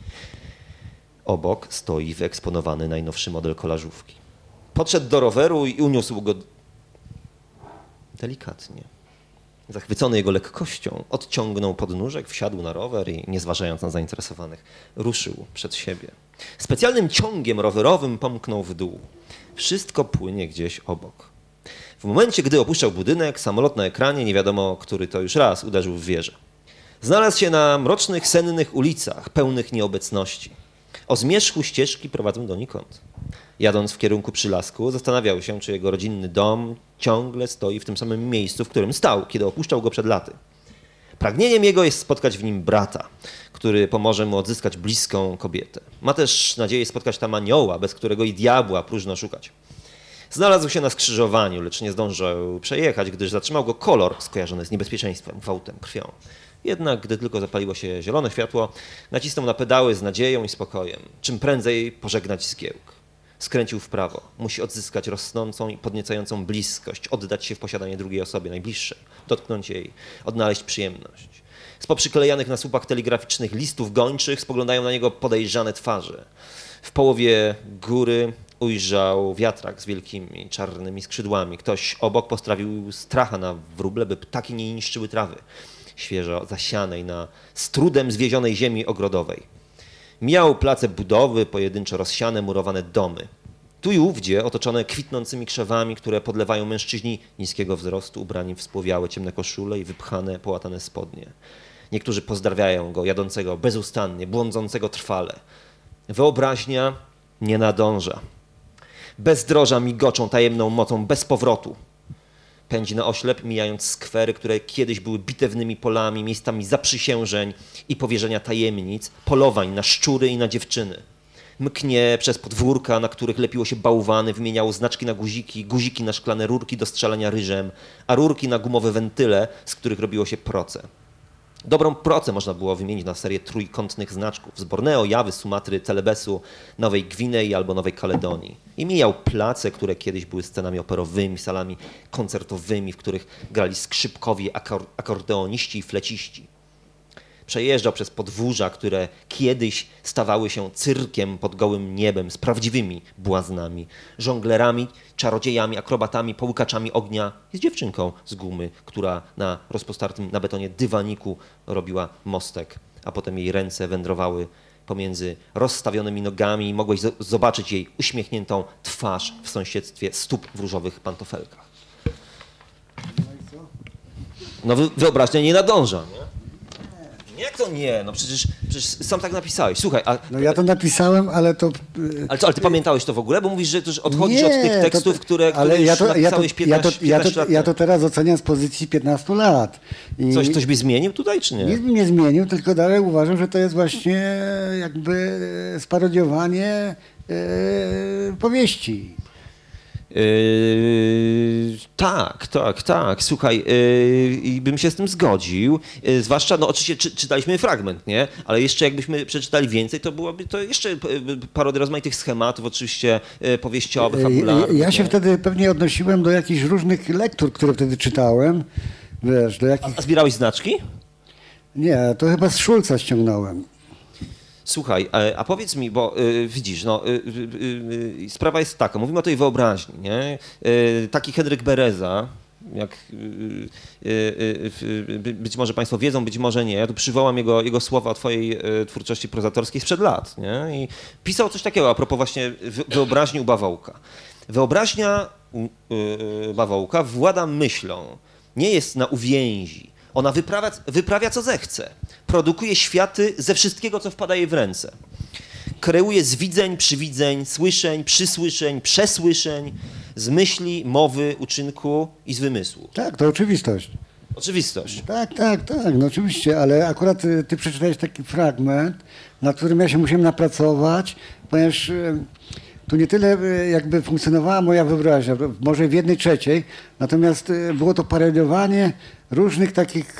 Obok stoi wyeksponowany najnowszy model kolażówki. Podszedł do roweru i uniósł go delikatnie. Zachwycony jego lekkością, odciągnął podnóżek, wsiadł na rower i, nie zważając na zainteresowanych, ruszył przed siebie. Specjalnym ciągiem rowerowym pomknął w dół. Wszystko płynie gdzieś obok. W momencie, gdy opuszczał budynek, samolot na ekranie, nie wiadomo który to już raz, uderzył w wieżę. Znalazł się na mrocznych, sennych ulicach, pełnych nieobecności. O zmierzchu ścieżki prowadzą donikąd. Jadąc w kierunku przylasku, zastanawiał się, czy jego rodzinny dom ciągle stoi w tym samym miejscu, w którym stał, kiedy opuszczał go przed laty. Pragnieniem jego jest spotkać w nim brata, który pomoże mu odzyskać bliską kobietę. Ma też nadzieję spotkać tam anioła, bez którego i diabła próżno szukać. Znalazł się na skrzyżowaniu, lecz nie zdążył przejechać, gdyż zatrzymał go kolor skojarzony z niebezpieczeństwem, gwałtem, krwią. Jednak gdy tylko zapaliło się zielone światło, nacisnął na pedały z nadzieją i spokojem. Czym prędzej pożegnać zgiełk. Skręcił w prawo. Musi odzyskać rosnącą i podniecającą bliskość, oddać się w posiadanie drugiej osobie, najbliższej, dotknąć jej, odnaleźć przyjemność. Z poprzyklejanych na słupach telegraficznych listów gończych spoglądają na niego podejrzane twarze. W połowie góry ujrzał wiatrak z wielkimi czarnymi skrzydłami. Ktoś obok postawił stracha na wróble, by ptaki nie niszczyły trawy świeżo zasianej na z trudem zwiezionej ziemi ogrodowej. Mijał place budowy, pojedynczo rozsiane, murowane domy. Tu i ówdzie otoczone kwitnącymi krzewami, które podlewają mężczyźni niskiego wzrostu, ubrani w spłowiałe ciemne koszule i wypchane, połatane spodnie. Niektórzy pozdrawiają go, jadącego bezustannie, błądzącego trwale. Wyobraźnia nie nadąża. Bezdroża migoczą tajemną mocą bez powrotu. Pędzi na oślep, mijając skwery, które kiedyś były bitewnymi polami, miejscami zaprzysiężeń i powierzenia tajemnic, polowań na szczury i na dziewczyny. Mknie przez podwórka, na których lepiło się bałwany, wymieniało znaczki na guziki, guziki na szklane rurki do strzelania ryżem, a rurki na gumowe wentyle, z których robiło się proce. Dobrą procę można było wymienić na serię trójkątnych znaczków z Borneo, Jawy, Sumatry, Celebesu, Nowej Gwinei albo Nowej Kaledonii. I mijał place, które kiedyś były scenami operowymi, salami koncertowymi, w których grali skrzypkowi, akordeoniści i fleciści. Przejeżdżał przez podwórza, które kiedyś stawały się cyrkiem pod gołym niebem z prawdziwymi błaznami, żonglerami, czarodziejami, akrobatami, połykaczami ognia i z dziewczynką z gumy, która na rozpostartym na betonie dywaniku robiła mostek, a potem jej ręce wędrowały pomiędzy rozstawionymi nogami i mogłeś zobaczyć jej uśmiechniętą twarz w sąsiedztwie stóp w różowych pantofelkach. No wyobraźnia nie nadąża, nie? Jak to nie? No przecież sam tak napisałeś. Słuchaj, No ja to napisałem, ale to... Ale ty pamiętałeś to w ogóle? Bo mówisz, że to już odchodzisz od tych tekstów, które już napisałeś 15 lat ja to teraz oceniam z pozycji 15 lat. I coś byś zmienił tutaj, czy nie? Nic bym nie zmienił, tylko dalej uważam, że to jest właśnie jakby sparodiowanie powieści. Tak. Słuchaj, i bym się z tym zgodził. Zwłaszcza, no oczywiście czytaliśmy fragment, nie? Ale jeszcze jakbyśmy przeczytali więcej, to byłoby to jeszcze parodia rozmaitych schematów, oczywiście powieściowych, fabularnych. Ja się wtedy pewnie odnosiłem do jakichś różnych lektur, które wtedy czytałem. Wiesz, do jakich... A zbierałeś znaczki? Nie, to chyba z Schulza ściągnąłem. Słuchaj, a powiedz mi, bo widzisz, no, sprawa jest taka, mówimy o tej wyobraźni, nie? Taki Henryk Bereza, jak być może Państwo wiedzą, być może nie, ja tu przywołam jego słowa o twojej twórczości prozatorskiej sprzed lat, nie? I pisał coś takiego a propos właśnie wyobraźni u Bawołka. Wyobraźnia Bawołka włada myślą, nie jest na uwięzi. Ona wyprawia co zechce. Produkuje światy ze wszystkiego, co wpada jej w ręce. Kreuje z widzeń, przywidzeń, słyszeń, przysłyszeń, przesłyszeń, z myśli, mowy, uczynku i z wymysłu. Tak, to oczywistość. Oczywistość. Tak, no oczywiście, ale akurat ty przeczytałeś taki fragment, nad którym ja się musiałem napracować, ponieważ tu nie tyle jakby funkcjonowała moja wyobraźnia, może w 1/3, natomiast było to parodiowanie różnych takich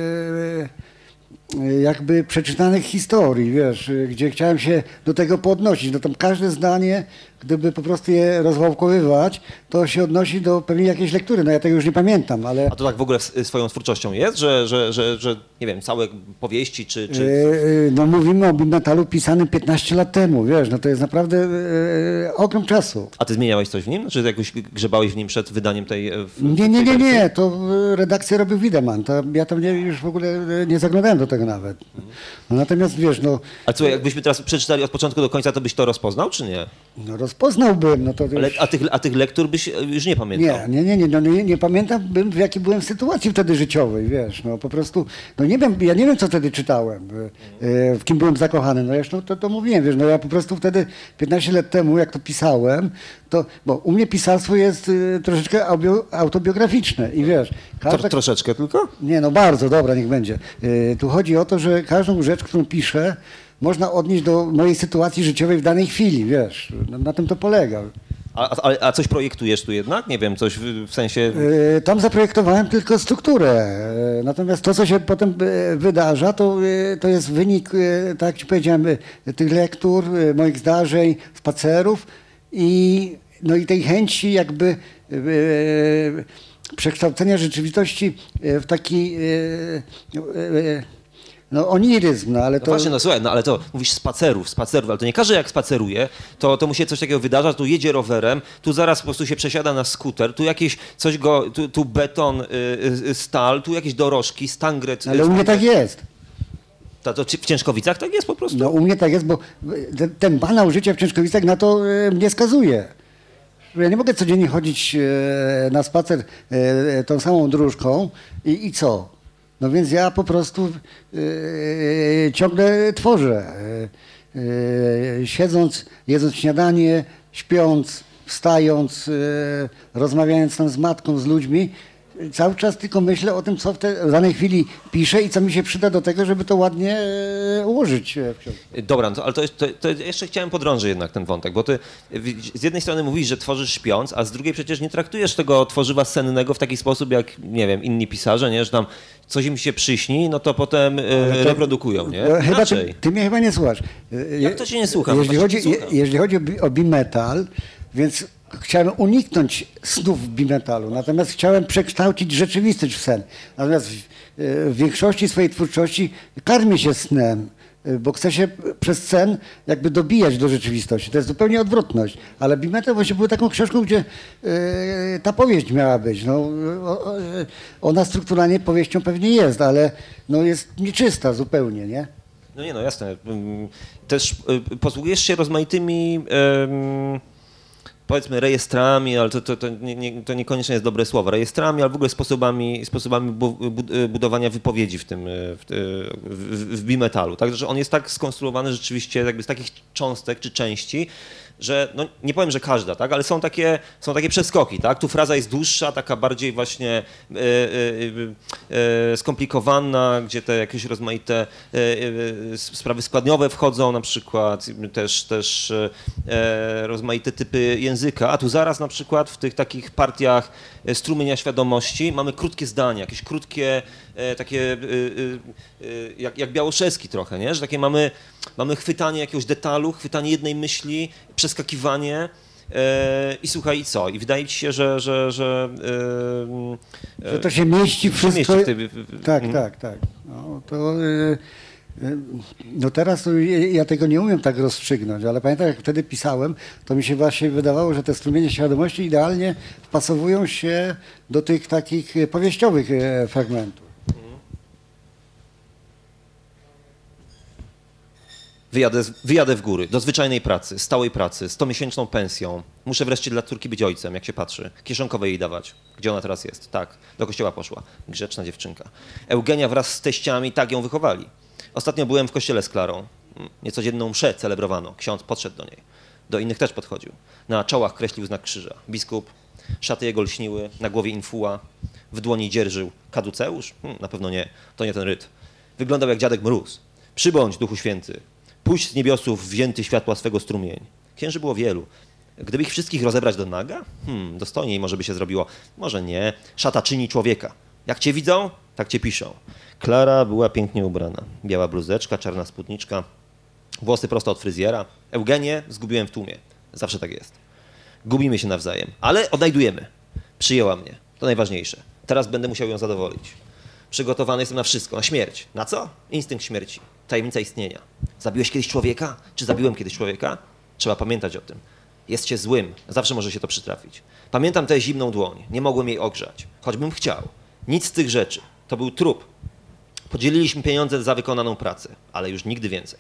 jakby przeczytanych historii, wiesz, gdzie chciałem się do tego podnosić. No tam każde zdanie, gdyby po prostu je rozwałkowywać, to się odnosi do pewnej jakiejś lektury. No ja tego już nie pamiętam, ale... A to tak w ogóle swoją twórczością jest, że nie wiem, całe powieści czy... No mówimy o Bimetalu pisanym 15 lat temu, wiesz, no to jest naprawdę ogrom czasu. A ty zmieniałeś coś w nim? Czy jakoś grzebałeś w nim przed wydaniem tej... Nie, to redakcję robił Wiedemann. Ja tam już w ogóle nie zaglądałem do tego nawet. No, natomiast wiesz, no... A co, jakbyśmy teraz przeczytali od początku do końca, to byś to rozpoznał, czy nie? No rozpoznałbym, no to już... Ale, a tych lektur byś już nie pamiętał? Nie pamiętam, w jakiej byłem sytuacji wtedy życiowej, wiesz, no po prostu, no nie wiem, ja nie wiem, co wtedy czytałem, w kim byłem zakochany, no zresztą to mówiłem, wiesz, no ja po prostu wtedy 15 lat temu, jak to pisałem, to, bo u mnie pisarstwo jest troszeczkę autobiograficzne i wiesz... Troszeczkę tylko? Nie, no bardzo, dobra, niech będzie. Tu chodzi o to, że każdą rzecz, którą piszę, można odnieść do mojej sytuacji życiowej w danej chwili, wiesz, na tym to polega. A coś projektujesz tu jednak? Nie wiem, coś w sensie... Tam zaprojektowałem tylko strukturę, natomiast to, co się potem wydarza, to jest wynik, tak jak ci powiedziałem, tych lektur, moich zdarzeń, spacerów i tej chęci jakby przekształcenia rzeczywistości w taki oniryzm, no ale to... No właśnie, no słuchaj, no ale to mówisz spacerów, ale to nie każdy jak spaceruje, to mu się coś takiego wydarza, tu jedzie rowerem, tu zaraz po prostu się przesiada na skuter, tu jakieś coś tu beton, stal, tu jakieś dorożki, stangret... Ale u mnie tak jest. To w Ciężkowicach tak jest po prostu? No u mnie tak jest, bo ten banał życia w Ciężkowicach na to mnie skazuje. Ja nie mogę codziennie chodzić na spacer tą samą dróżką i co? No więc ja po prostu ciągle tworzę. Siedząc, jedząc śniadanie, śpiąc, wstając, rozmawiając tam z matką, z ludźmi, cały czas tylko myślę o tym, co w danej chwili piszę i co mi się przyda do tego, żeby to ładnie ułożyć w książce. Dobra, no ale to jeszcze chciałem podrążyć jednak ten wątek, bo ty z jednej strony mówisz, że tworzysz śpiąc, a z drugiej przecież nie traktujesz tego tworzywa sennego w taki sposób, jak, nie wiem, inni pisarze, nie? Że tam coś im się przyśni, no to potem reprodukują, nie? Chyba ty mnie chyba nie słuchasz. Jak to się nie słucham? Jeśli chodzi o bimetal, więc chciałem uniknąć snów w bimetalu, natomiast chciałem przekształcić rzeczywistość w sen. Natomiast w większości swojej twórczości karmię się snem, bo chcę się przez sen jakby dobijać do rzeczywistości. To jest zupełnie odwrotność. Ale bimetal właśnie był taką książką, gdzie ta powieść miała być. No, ona strukturalnie powieścią pewnie jest, ale no, jest nieczysta zupełnie, nie? No nie, no jasne. Też posługujesz się rozmaitymi powiedzmy rejestrami, ale to niekoniecznie jest dobre słowo, rejestrami, ale w ogóle sposobami budowania wypowiedzi w bimetalu. Tak, że on jest tak skonstruowany rzeczywiście jakby z takich cząstek czy części, że no nie powiem, że każda, tak, ale są takie przeskoki, tak? Tu fraza jest dłuższa, taka bardziej właśnie skomplikowana, gdzie te jakieś rozmaite sprawy składniowe wchodzą, na przykład też rozmaite typy języka, a tu zaraz na przykład w tych takich partiach strumienia świadomości mamy krótkie zdania, jakieś krótkie takie jak Białoszewski trochę, nie? Że takie mamy chwytanie jakiegoś detalu, chwytanie jednej myśli, przeskakiwanie i słuchaj, i co? I wydaje ci się, że to się mieści wszystko. Tak. No, no teraz to ja tego nie umiem tak rozstrzygnąć, ale pamiętam, jak wtedy pisałem, to mi się właśnie wydawało, że te strumienie świadomości idealnie wpasowują się do tych takich powieściowych fragmentów. Wyjadę w góry, do zwyczajnej pracy, stałej pracy, 100-miesięczną pensją. Muszę wreszcie dla córki być ojcem, jak się patrzy. Kieszonkowe jej dawać. Gdzie ona teraz jest? Tak, do kościoła poszła. Grzeczna dziewczynka. Eugenia wraz z teściami tak ją wychowali. Ostatnio byłem w kościele z Klarą. Niecodzienną mszę celebrowano. Ksiądz podszedł do niej. Do innych też podchodził. Na czołach kreślił znak krzyża. Biskup, szaty jego lśniły, na głowie infuła, w dłoni dzierżył. Kaduceusz? Na pewno nie, to nie ten ryt. Wyglądał jak dziadek Mróz. Przybądź, Duchu Święty. Puść z niebiosów wzięty światła swego strumień. Księży było wielu. Gdyby ich wszystkich rozebrać do naga? Dostojniej może by się zrobiło. Może nie. Szata czyni człowieka. Jak cię widzą, tak cię piszą. Klara była pięknie ubrana. Biała bluzeczka, czarna spódniczka, włosy prosto od fryzjera. Eugenię zgubiłem w tłumie. Zawsze tak jest. Gubimy się nawzajem, ale odnajdujemy. Przyjęła mnie. To najważniejsze. Teraz będę musiał ją zadowolić. Przygotowany jestem na wszystko, na śmierć. Na co? Instynkt śmierci. Tajemnica istnienia. Zabiłeś kiedyś człowieka? Czy zabiłem kiedyś człowieka? Trzeba pamiętać o tym. Jest się złym, zawsze może się to przytrafić. Pamiętam tę zimną dłoń, nie mogłem jej ogrzać, choćbym chciał. Nic z tych rzeczy, to był trup. Podzieliliśmy pieniądze za wykonaną pracę, ale już nigdy więcej.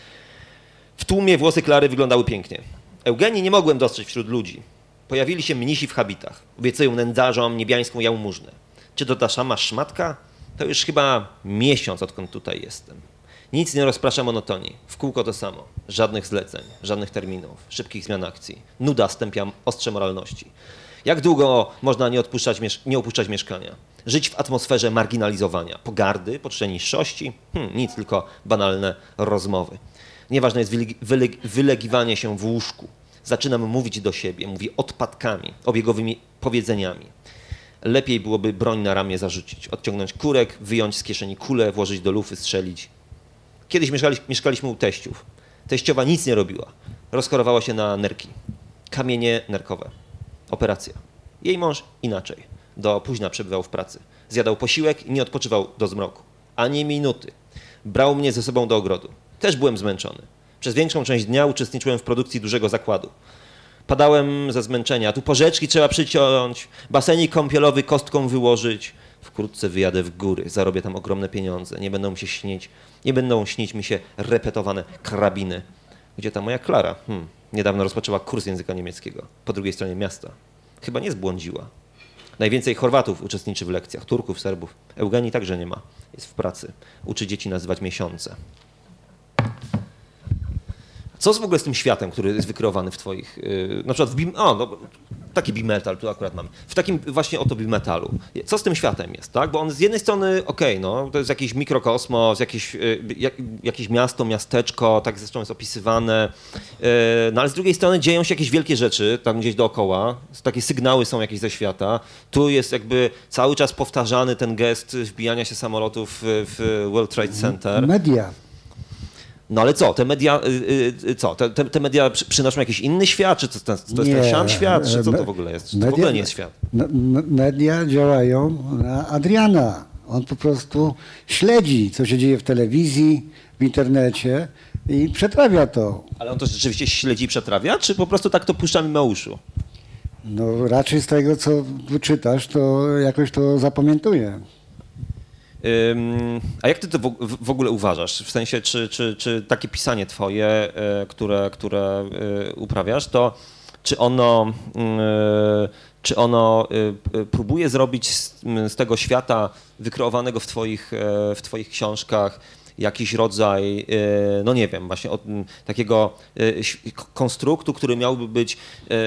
W tłumie włosy Klary wyglądały pięknie. Eugenii nie mogłem dostrzec wśród ludzi. Pojawili się mnisi w habitach. Obiecują nędzarzom niebiańską jałmużnę. Czy to ta sama szmatka? To już chyba miesiąc, odkąd tutaj jestem. Nic nie rozprasza monotonii. W kółko to samo. Żadnych zleceń, żadnych terminów, szybkich zmian akcji. Nuda stępia ostrze moralności. Jak długo można nie opuszczać mieszkania? Żyć w atmosferze marginalizowania, pogardy, poczucia niższości? Nic, tylko banalne rozmowy. Nieważne jest wylegiwanie się w łóżku. Zaczynam mówić do siebie, mówię odpadkami, obiegowymi powiedzeniami. Lepiej byłoby broń na ramię zarzucić, odciągnąć kurek, wyjąć z kieszeni kulę, włożyć do lufy, strzelić. Kiedyś mieszkaliśmy u teściów. Teściowa nic nie robiła. Rozchorowała się na nerki. Kamienie nerkowe. Operacja. Jej mąż inaczej. Do późna przebywał w pracy. Zjadał posiłek i nie odpoczywał do zmroku. Ani minuty. Brał mnie ze sobą do ogrodu. Też byłem zmęczony. Przez większą część dnia uczestniczyłem w produkcji dużego zakładu. Padałem ze zmęczenia. Tu porzeczki trzeba przyciąć, basenik kąpielowy kostką wyłożyć. Wkrótce wyjadę w góry, zarobię tam ogromne pieniądze. Nie będą śnić mi się repetowane karabiny. Gdzie ta moja Klara? Niedawno rozpoczęła kurs języka niemieckiego po drugiej stronie miasta. Chyba nie zbłądziła. Najwięcej Chorwatów uczestniczy w lekcjach, Turków, Serbów. Eugenii także nie ma. Jest w pracy. Uczy dzieci nazywać miesiące. Co w ogóle z tym światem, który jest wykreowany w twoich, na przykład taki bimetal tu akurat mamy, w takim właśnie oto bimetalu. Co z tym światem jest, tak? Bo on z jednej strony, to jest jakiś mikrokosmos, jakieś miasto, miasteczko, tak zresztą jest opisywane, no ale z drugiej strony dzieją się jakieś wielkie rzeczy tam gdzieś dookoła, takie sygnały są jakieś ze świata. Tu jest jakby cały czas powtarzany ten gest wbijania się samolotów w World Trade Center. Media. No ale co, te media, te media przynoszą jakiś inny świat, czy to jest ten sam świat, czy co to w ogóle jest? Czy to w ogóle nie jest świat? Media działają na Adriana. On po prostu śledzi, co się dzieje w telewizji, w internecie i przetrawia to. Ale on to rzeczywiście śledzi i przetrawia, czy po prostu tak to puszcza mimo uszu? No raczej z tego, co czytasz, to jakoś to zapamiętuje. A jak ty to w ogóle uważasz? W sensie, czy takie pisanie twoje, które uprawiasz, to czy ono próbuje zrobić z tego świata wykreowanego w twoich książkach jakiś rodzaj, no nie wiem, właśnie takiego konstruktu, który miałby być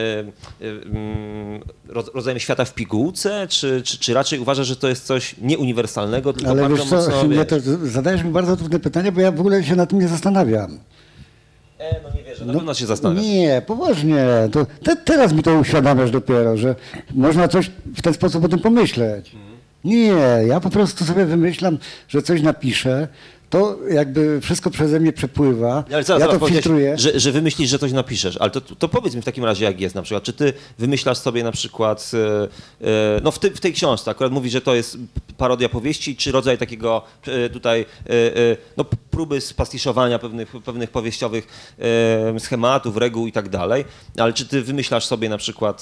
rodzajem świata w pigułce, czy raczej uważasz, że to jest coś nieuniwersalnego, tylko ale bardzo mocno... Zadajesz mi bardzo trudne pytanie, bo ja w ogóle się nad tym nie zastanawiam. No nie wierzę, na pewno się zastanawiam. Nie, poważnie. To teraz mi to uświadamiasz dopiero, że można coś w ten sposób o tym pomyśleć. Nie, ja po prostu sobie wymyślam, że coś napiszę, to jakby wszystko przeze mnie przepływa, Ale zaraz, ja to filtruję. Że wymyślisz, że coś napiszesz, ale to powiedz mi w takim razie, jak jest na przykład. Czy ty wymyślasz sobie na przykład, no w tej książce akurat mówi, że to jest parodia powieści, czy rodzaj takiego tutaj no, próby spastiszowania pewnych powieściowych schematów, reguł i tak dalej, ale czy ty wymyślasz sobie na przykład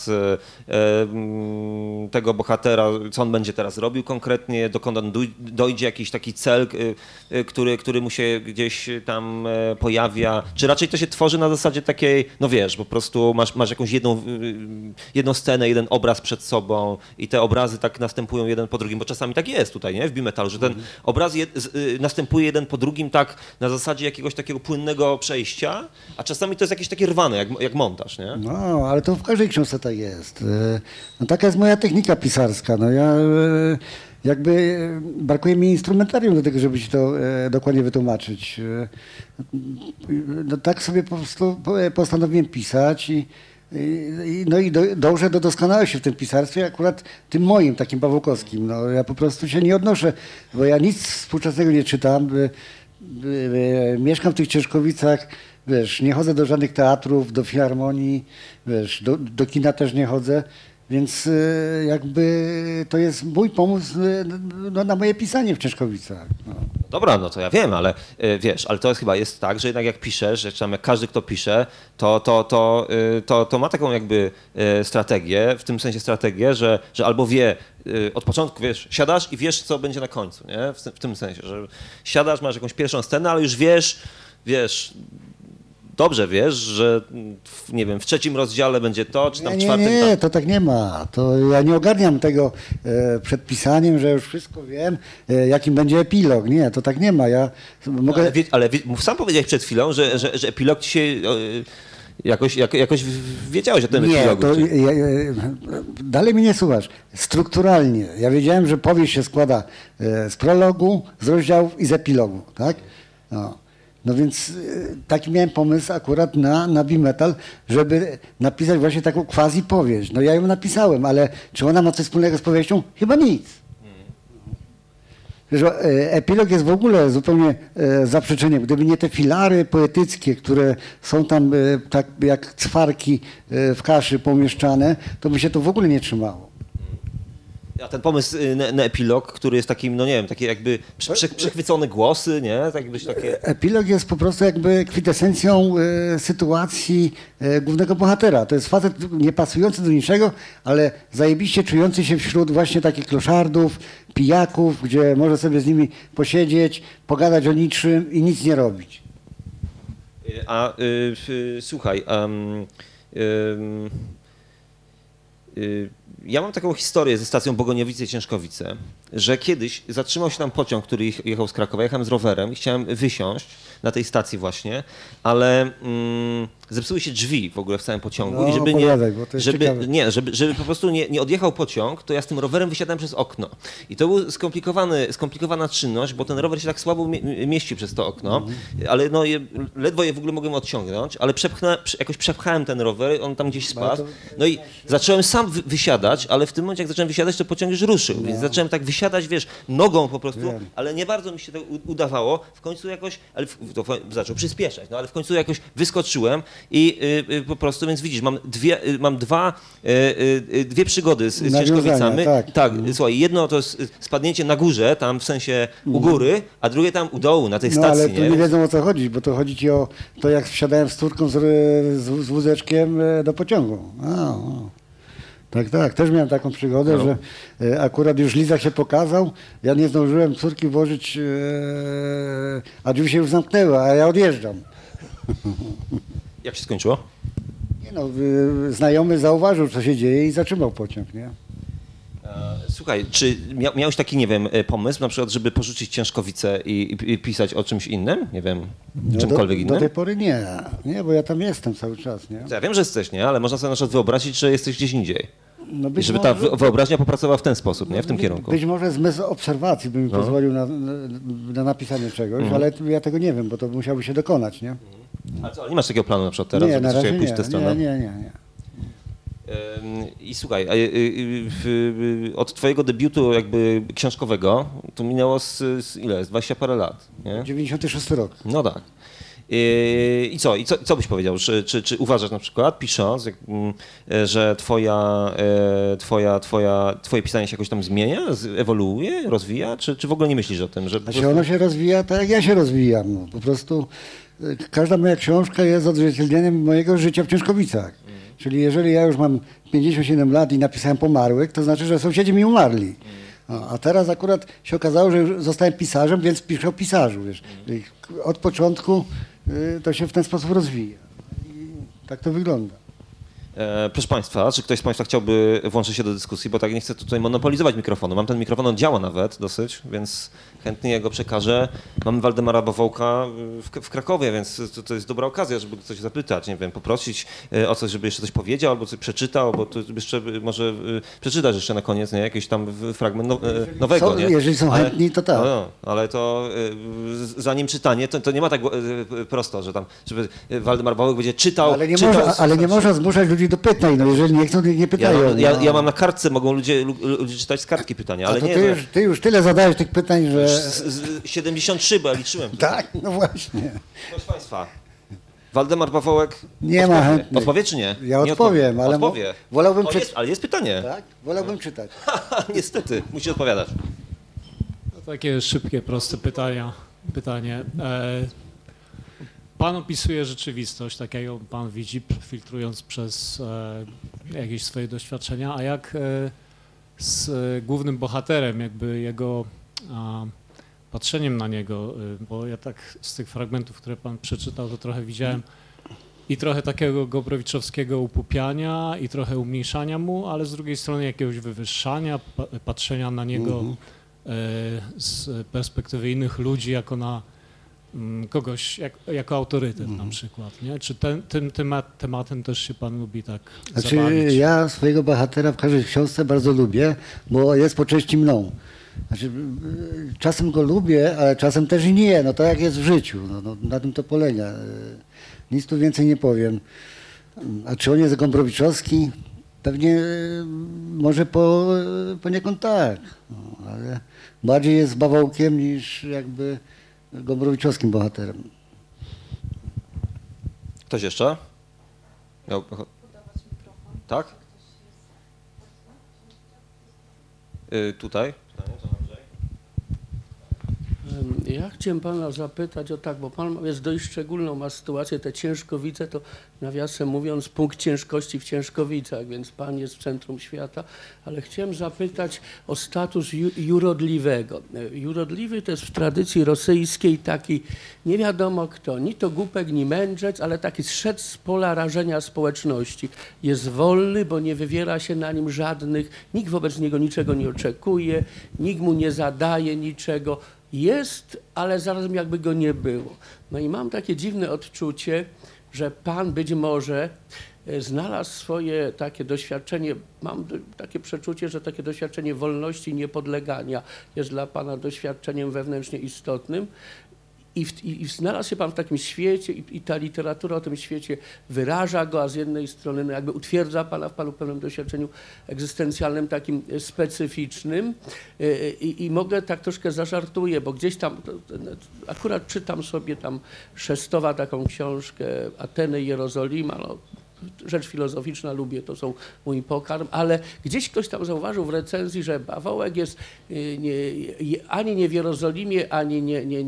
tego bohatera, co on będzie teraz robił konkretnie, dokąd on dojdzie, jakiś taki cel, który mu się gdzieś tam pojawia, czy raczej to się tworzy na zasadzie takiej, no wiesz, po prostu masz jakąś jedną scenę, jeden obraz przed sobą i te obrazy tak następują jeden po drugim, bo czasami tak jest tutaj, nie, w bimetalu, że ten obraz następuje jeden po drugim tak na zasadzie jakiegoś takiego płynnego przejścia, a czasami to jest jakieś takie rwane, jak montaż, nie? No, ale to w każdej książce tak jest. No taka jest moja technika pisarska, no ja... Jakby brakuje mi instrumentarium do tego, żeby ci to dokładnie wytłumaczyć. No tak sobie po prostu postanowiłem pisać i dążę do doskonałości w tym pisarstwie, akurat tym moim, takim pawłowskim. No, ja po prostu się nie odnoszę, bo ja nic współczesnego nie czytam. Mieszkam w tych Cieszkowicach, wiesz, nie chodzę do żadnych teatrów, do filharmonii, wiesz, do kina też nie chodzę. Więc jakby to jest mój pomysł na moje pisanie w Cieszkowicach. No. Dobra, no to ja wiem, ale wiesz, ale to chyba jest tak, że jednak jak piszesz, jak każdy, kto pisze, to ma taką jakby strategię, w tym sensie strategię, że albo wie od początku, wiesz, siadasz i wiesz, co będzie na końcu, nie? W tym sensie, że siadasz, masz jakąś pierwszą scenę, ale już wiesz, dobrze wiesz, że nie wiem, w trzecim rozdziale będzie to, czy tam w czwartym... Nie, to tak nie ma. To ja nie ogarniam tego przed pisaniem, że już wszystko wiem, jakim będzie epilog. Nie, to tak nie ma. Ja mogę... No, ale sam powiedziałeś przed chwilą, że epilog ci się... Jakoś wiedziałeś o tym epilogu. Dalej mnie nie słuchasz. Strukturalnie. Ja wiedziałem, że powieść się składa z prologu, z rozdziałów i z epilogu, tak? No więc taki miałem pomysł akurat na bimetal, żeby napisać właśnie taką quasi powieść. No ja ją napisałem, ale czy ona ma coś wspólnego z powieścią? Chyba nic. Że epilog jest w ogóle zupełnie zaprzeczeniem. Gdyby nie te filary poetyckie, które są tam tak jak cwarki w kaszy pomieszczane, to by się to w ogóle nie trzymało. A ten pomysł na epilog, który jest takim, no nie wiem, takie jakby przechwycone głosy, nie? Tak jakbyś takie... Epilog jest po prostu jakby kwintesencją sytuacji głównego bohatera. To jest facet niepasujący do niczego, ale zajebiście czujący się wśród właśnie takich kloszardów, pijaków, gdzie może sobie z nimi posiedzieć, pogadać o niczym i nic nie robić. Słuchaj, ja mam taką historię ze stacją Bogoniowice-Ciężkowice, że kiedyś zatrzymał się tam pociąg, który jechał z Krakowa. Jechałem z rowerem i chciałem wysiąść na tej stacji właśnie, ale zepsuły się drzwi w ogóle w całym pociągu No, i żeby bo to jest żeby po prostu nie odjechał pociąg, to ja z tym rowerem wysiadałem przez okno. I to była skomplikowana czynność, bo ten rower się tak słabo mieści przez to okno, ale no, ledwo je w ogóle mogłem odciągnąć, ale jakoś przepchałem ten rower, on tam gdzieś spadł. No i zacząłem sam wysiadać, ale w tym momencie, jak zacząłem wysiadać, to pociąg już ruszył. Więc zacząłem tak wysiadać, wiesz, nogą po prostu, ale nie bardzo mi się to udawało. W końcu jakoś, to zaczął przyspieszać, no ale w końcu jakoś wyskoczyłem i po prostu, więc widzisz, mam dwie przygody z Ciężkowicami. Tak, słuchaj, jedno to jest spadnięcie na górze, tam w sensie u góry, a drugie tam u dołu, na tej stacji. Ale tu nie wiedzą, o co chodzi, bo to chodzi ci o to, jak wsiadałem z córką z wózeczkiem do pociągu. Tak, też miałem taką przygodę, że akurat już Lizak się pokazał, ja nie zdążyłem córki włożyć, a drzwi się już zamknęły, a ja odjeżdżam. Jak się skończyło? Nie no, znajomy zauważył, co się dzieje i zatrzymał pociąg, nie? Słuchaj, czy miałeś taki, nie wiem, pomysł na przykład, żeby porzucić Ciężkowicę i pisać o czymś innym? Nie wiem, czymkolwiek innym? Do tej pory nie, bo ja tam jestem cały czas, nie? Ja wiem, że jesteś, nie? Ale można sobie na przykład wyobrazić, że jesteś gdzieś indziej. No I żeby ta wyobraźnia popracowała w ten sposób, nie? W tym kierunku. Być może zmysł obserwacji by mi pozwolił na napisanie czegoś, ale ja tego nie wiem, bo to musiałoby się dokonać, nie? A co, nie masz takiego planu na przykład teraz, Nie, żeby na razie pójść w tę stronę? Nie. I słuchaj, od twojego debiutu jakby książkowego to minęło ile? Z 20 parę lat, nie? 96 rok. No tak. I co byś powiedział? Czy uważasz na przykład, pisząc, że twoje pisanie się jakoś tam zmienia, ewoluuje, rozwija? Czy w ogóle nie myślisz o tym? Że Znaczy ono się rozwija tak, jak ja się rozwijam. No. Po prostu każda moja książka jest odzwierciedleniem mojego życia w Ciężkowicach. Czyli jeżeli ja już mam 57 lat i napisałem Pomarłych, to znaczy, że sąsiedzi mi umarli. A teraz akurat się okazało, że już zostałem pisarzem, więc piszę o pisarzu. Wiesz. Od początku to się w ten sposób rozwija. I tak to wygląda. Proszę Państwa, czy ktoś z Państwa chciałby włączyć się do dyskusji, bo tak nie chcę tutaj monopolizować mikrofonu. Mam ten mikrofon, on działa nawet dosyć, więc chętnie go przekażę. Mamy Waldemara Bawołka w Krakowie, więc to jest dobra okazja, żeby coś zapytać, nie wiem, poprosić o coś, żeby jeszcze coś powiedział, albo coś przeczytał, bo to jeszcze może przeczytasz jeszcze na koniec, nie, jakiś tam fragment nowego, nie? Jeżeli są chętni, to tak. No, ale to zanim czytanie, to nie ma tak prosto, że tam, żeby Waldemar Bawołek będzie czytał. Ale nie można zmuszać ludzi do pytań, no jeżeli nie chcą, nie pytają. Ja mam na kartce, mogą ludzie czytać z kartki pytania, ale to nie. Ty już tyle zadałeś tych pytań, że... 73, bo ja liczyłem. Tak, no właśnie. Proszę Państwa, Waldemar Bawołek nie ma chętnych. Odpowie czy nie? Ja nie odpowiem, ale odpowie. Wolałbym ale jest pytanie. Tak? Wolałbym czytać. Niestety, musi odpowiadać. Takie szybkie, proste pytanie. Pan opisuje rzeczywistość, tak jak ją pan widzi, filtrując przez jakieś swoje doświadczenia, a jak z głównym bohaterem, jakby jego patrzeniem na niego, bo ja tak z tych fragmentów, które pan przeczytał, to trochę widziałem i trochę takiego gombrowicziowskiego upupiania i trochę umniejszania mu, ale z drugiej strony jakiegoś wywyższania, patrzenia na niego z perspektywy innych ludzi jako na kogoś jako autorytet na przykład, nie? Czy tym tematem też się pan lubi tak zabawić? Ja swojego bohatera w każdej książce bardzo lubię, bo jest po części mną. Znaczy, czasem go lubię, ale czasem też i nie, no to jak jest w życiu, no, na tym to polega. Nic tu więcej nie powiem. A czy on jest gombrowiczowski? Pewnie może poniekąd tak, no, ale bardziej jest Bawołkiem niż jakby gombrowiczowskim bohaterem. Ktoś jeszcze? Tak? Tutaj? Ja chciałem pana zapytać o tak, bo pan jest dość szczególną, ma sytuację, te Ciężkowice to nawiasem mówiąc punkt ciężkości w Ciężkowicach, więc pan jest w centrum świata, ale chciałem zapytać o status jurodliwego. Jurodliwy to jest w tradycji rosyjskiej taki nie wiadomo kto, ni to głupek, ni mędrzec, ale taki zszedł z pola rażenia społeczności. Jest wolny, bo nie wywiera się na nim żadnych, nikt wobec niego niczego nie oczekuje, nikt mu nie zadaje niczego. Jest, ale zarazem jakby go nie było. No i mam takie dziwne odczucie, że pan być może znalazł swoje takie doświadczenie, mam takie przeczucie, że takie doświadczenie wolności, niepodlegania jest dla pana doświadczeniem wewnętrznie istotnym. I znalazł się pan w takim świecie i ta literatura o tym świecie wyraża go, a z jednej strony no jakby utwierdza pana w panu pewnym doświadczeniu egzystencjalnym takim specyficznym i mogę tak troszkę zażartuję, bo gdzieś tam, akurat czytam sobie tam Szestowa taką książkę Ateny i Jerozolima, no, rzecz filozoficzna, lubię, to są mój pokarm, ale gdzieś ktoś tam zauważył w recenzji, że bawołek jest ani nie w Jerozolimie, ani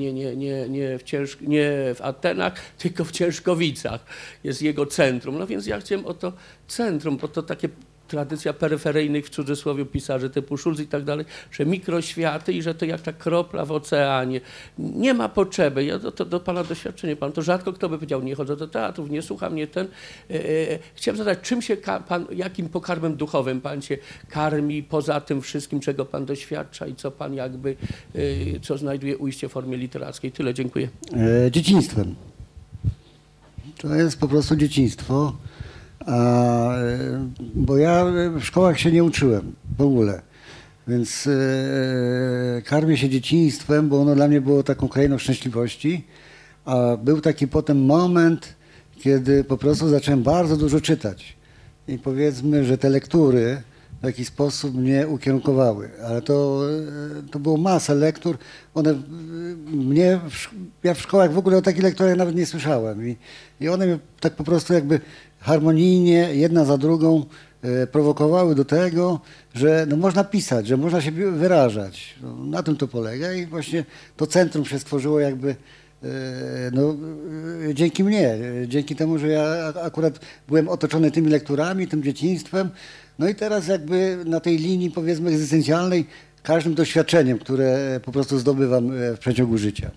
nie w Atenach, tylko w Ciężkowicach jest jego centrum. No więc ja chciałem o to centrum, bo to takie tradycja peryferyjnych w cudzysłowie pisarzy typu Schulz i tak dalej, że mikroświaty i że to jak ta kropla w oceanie. Nie ma potrzeby. Ja to do pana doświadczenia, pan to rzadko kto by powiedział, nie chodzę do teatrów, nie słucham, nie ten. Chciałem zadać, czym się pan, jakim pokarmem duchowym pan się karmi poza tym wszystkim, czego pan doświadcza i co pan jakby, co znajduje ujście w formie literackiej. Tyle, dziękuję. Dzieciństwem. To jest po prostu dzieciństwo. Bo ja w szkołach się nie uczyłem w ogóle, więc karmię się dzieciństwem, bo ono dla mnie było taką krainą szczęśliwości, a był taki potem moment, kiedy po prostu zacząłem bardzo dużo czytać i powiedzmy, że te lektury w jakiś sposób mnie ukierunkowały, ale to było masa lektur, ja w szkołach w ogóle o takich lekturach nawet nie słyszałem i one mnie tak po prostu jakby harmonijnie, jedna za drugą prowokowały do tego, że no można pisać, że można się wyrażać. No, na tym to polega i właśnie to centrum się stworzyło jakby dzięki mnie, dzięki temu, że ja akurat byłem otoczony tymi lekturami, tym dzieciństwem. No i teraz jakby na tej linii powiedzmy egzystencjalnej każdym doświadczeniem, które po prostu zdobywam w przeciągu życia.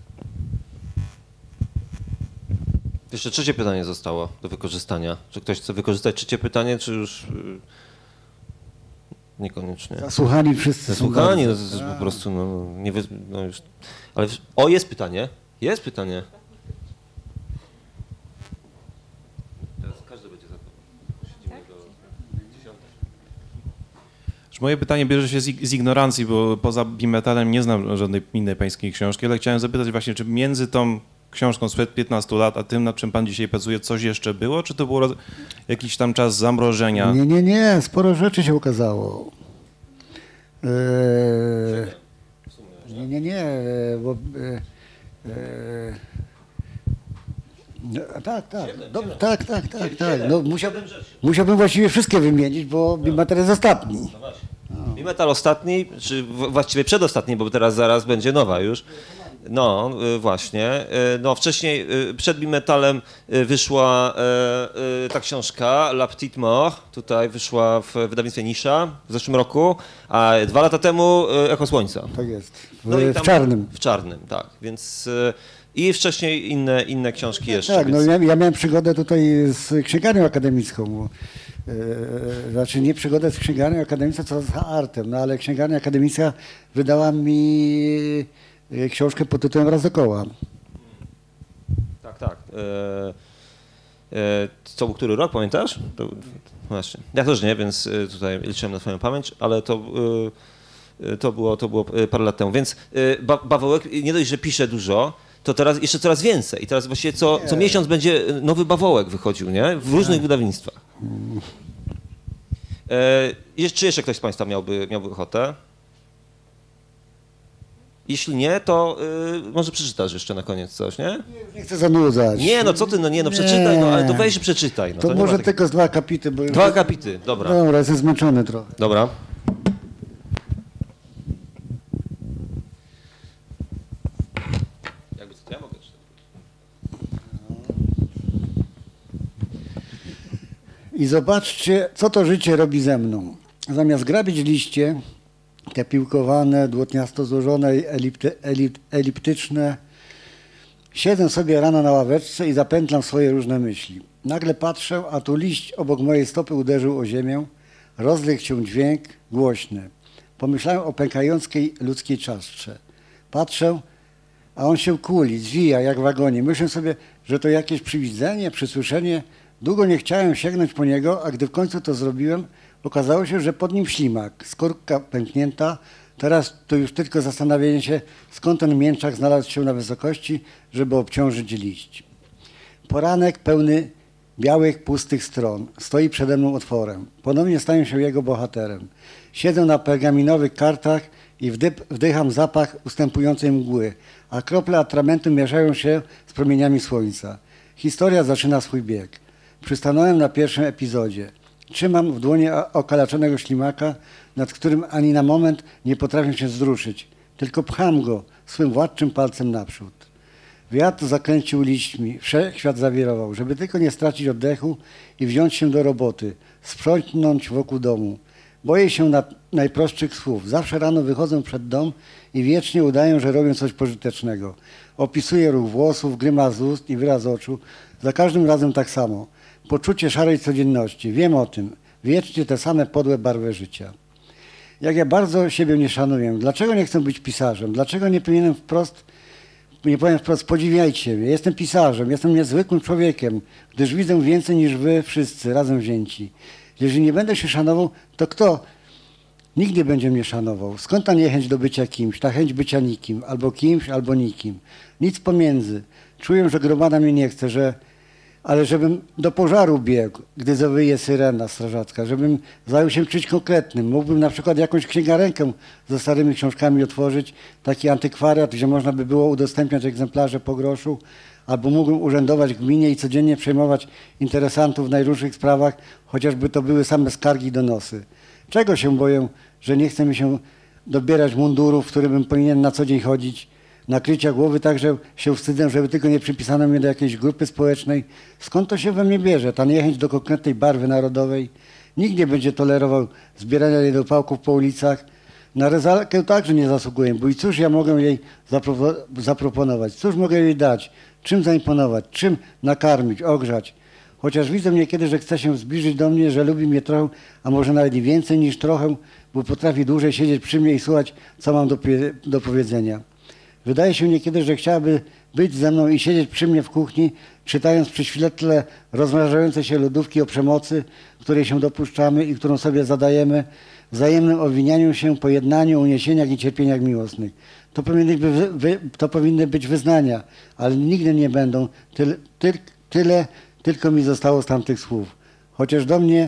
Jeszcze trzecie pytanie zostało do wykorzystania. Czy ktoś chce wykorzystać trzecie pytanie, czy już niekoniecznie? Zasłuchani wszyscy. Zasłuchani, no to jest po prostu, no już. Ale jest pytanie. Jest pytanie. Teraz każdy będzie za to. Siedzimy do 10. Moje pytanie bierze się z ignorancji, bo poza Bimetalem nie znam żadnej innej pańskiej książki, ale chciałem zapytać właśnie, czy między tą książką sprzed 15 lat, a tym, nad czym pan dzisiaj pracuje, coś jeszcze było? Czy to był jakiś tam czas zamrożenia? Nie, sporo rzeczy się ukazało. Bo... Tak. No, musiałbym właściwie wszystkie wymienić, bo Bimetal jest ostatni. Bimetal ostatni, czy właściwie przedostatni, bo teraz zaraz będzie nowa już. No właśnie, no wcześniej przed Bimetalem wyszła ta książka La Petite Mort, tutaj wyszła w wydawnictwie Nisza w zeszłym roku, a 2 lata temu Echo Słońca. Tak jest, w czarnym. W czarnym, tak, więc i wcześniej inne książki jeszcze. Tak, więc... no ja miałem przygodę tutaj z księgarnią akademicką, bo, znaczy nie przygodę z księgarnią akademicką, co z artem, no ale księgarnia akademicka wydała mi książkę pod tytułem Raz dookoła. Tak. Co był który rok, pamiętasz? Właśnie. Ja też nie, więc tutaj liczyłem na twoją pamięć, ale to było parę lat temu. Więc Bawołek nie dość, że pisze dużo, to teraz jeszcze coraz więcej. I teraz właściwie co miesiąc będzie nowy Bawołek wychodził, nie? W różnych wydawnictwach. Czy jeszcze ktoś z państwa miałby ochotę? Jeśli nie, to może przeczytasz jeszcze na koniec coś, nie? Nie chcę zanudzać. Nie, no co ty, przeczytaj, no ale to weź i przeczytaj. No, to może tylko z 2 akapity. Bo 2 akapity, dobra. Dobra, jestem zmęczony trochę. Dobra. I zobaczcie, co to życie robi ze mną. Zamiast grabić liście, te piłkowane, dłutniasto złożone, eliptyczne, siedzę sobie rano na ławeczce i zapętlam swoje różne myśli. Nagle patrzę, a tu liść obok mojej stopy uderzył o ziemię, rozległ się dźwięk głośny. Pomyślałem o pękającej ludzkiej czaszce. Patrzę, a on się kuli, zwija jak w wagonie. Myślę sobie, że to jakieś przywidzenie, przysłyszenie. Długo nie chciałem sięgnąć po niego, a gdy w końcu to zrobiłem, okazało się, że pod nim ślimak, skórka pęknięta. Teraz to już tylko zastanawianie się, skąd ten mięczak znalazł się na wysokości, żeby obciążyć liść. Poranek pełny białych, pustych stron. Stoi przede mną otworem. Ponownie staję się jego bohaterem. Siedzę na pergaminowych kartach i wdycham zapach ustępującej mgły, a krople atramentu mieszają się z promieniami słońca. Historia zaczyna swój bieg. Przystanąłem na pierwszym epizodzie. Trzymam w dłoni okaleczonego ślimaka, nad którym ani na moment nie potrafię się wzruszyć, tylko pcham go swym władczym palcem naprzód. Wiatr zakręcił liśćmi, wszechświat zawirował, żeby tylko nie stracić oddechu i wziąć się do roboty, sprzątnąć wokół domu. Boję się najprostszych słów. Zawsze rano wychodzę przed dom i wiecznie udaję, że robię coś pożytecznego. Opisuję ruch włosów, grymas ust i wyraz oczu. Za każdym razem tak samo. Poczucie szarej codzienności. Wiem o tym. Wiecznie te same podłe barwy życia. Jak ja bardzo siebie nie szanuję. Dlaczego nie chcę być pisarzem? Dlaczego nie powiem wprost, podziwiajcie mnie. Jestem pisarzem, jestem niezwykłym człowiekiem, gdyż widzę więcej niż wy wszyscy razem wzięci. Jeżeli nie będę się szanował, to kto nigdy będzie mnie szanował? Skąd ta niechęć do bycia kimś, ta chęć bycia nikim, albo kimś, albo nikim? Nic pomiędzy. Czuję, że gromada mnie nie chce, ale żebym do pożaru biegł, gdy zawyje syrena strażacka, żebym zajął się czymś konkretnym. Mógłbym na przykład jakąś księgarenkę ze starymi książkami otworzyć, taki antykwariat, gdzie można by było udostępniać egzemplarze po groszu, albo mógłbym urzędować w gminie i codziennie przejmować interesantów w najróżniejszych sprawach, chociażby to były same skargi i donosy. Czego się boję, że nie chce mi się dobierać mundurów, w którym bym powinien na co dzień chodzić, nakrycia głowy, tak że się wstydzę, żeby tylko nie przypisano mnie do jakiejś grupy społecznej. Skąd to się we mnie bierze, ta niechęć do konkretnej barwy narodowej? Nikt nie będzie tolerował zbierania niedopałków po ulicach. Na rezalkę także nie zasługuję, bo i cóż ja mogę jej zaproponować, cóż mogę jej dać, czym zaimponować, czym nakarmić, ogrzać. Chociaż widzę niekiedy, że chce się zbliżyć do mnie, że lubi mnie trochę, a może nawet i więcej niż trochę, bo potrafi dłużej siedzieć przy mnie i słuchać, co mam do powiedzenia. Wydaje się niekiedy, że chciałaby być ze mną i siedzieć przy mnie w kuchni, czytając przy świetle rozmrażające się lodówki o przemocy, której się dopuszczamy i którą sobie zadajemy, wzajemnym obwinianiu się, pojednaniu, uniesieniach i cierpieniach miłosnych. To powinny być wyznania, ale nigdy nie będą. Tyle tylko mi zostało z tamtych słów. Chociaż do mnie,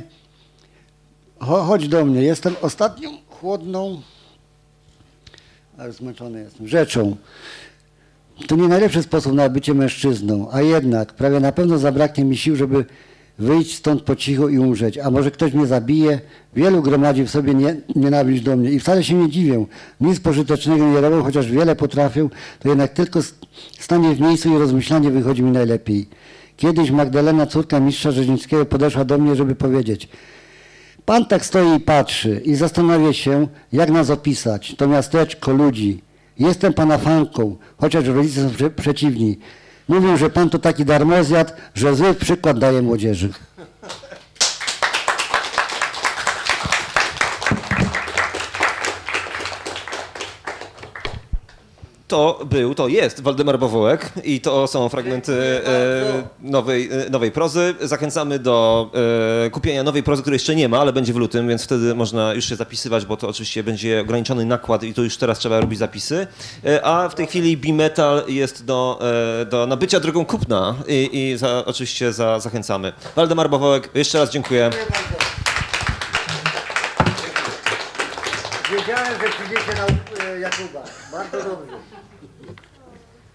chodź do mnie, jestem ostatnią chłodną, ale zmęczony jestem, rzeczą. To nie najlepszy sposób na bycie mężczyzną, a jednak prawie na pewno zabraknie mi sił, żeby wyjść stąd po cichu i umrzeć. A może ktoś mnie zabije? Wielu gromadzi w sobie nienawiść do mnie i wcale się nie dziwię. Nic pożytecznego nie robią, chociaż wiele potrafią, to jednak tylko stanie w miejscu i rozmyślanie wychodzi mi najlepiej. Kiedyś Magdalena, córka mistrza Rzeźnickiego, podeszła do mnie, żeby powiedzieć: pan tak stoi i patrzy i zastanawia się, jak nas opisać, to miasteczko, ludzi. Jestem pana fanką, chociaż rodzice są przeciwni. Mówią, że pan to taki darmozjad, że zły przykład daje młodzieży. To jest Waldemar Bawołek i to są fragmenty nowej prozy. Zachęcamy do kupienia nowej prozy, której jeszcze nie ma, ale będzie w lutym, więc wtedy można już się zapisywać, bo to oczywiście będzie ograniczony nakład i to już teraz trzeba robić zapisy. A w tej chwili Bimetal jest do nabycia drogą kupna i oczywiście zachęcamy. Waldemar Bawołek, jeszcze raz dziękuję. Wiedziałem, że przyjdziecie na Jakuba. Bardzo dobrze.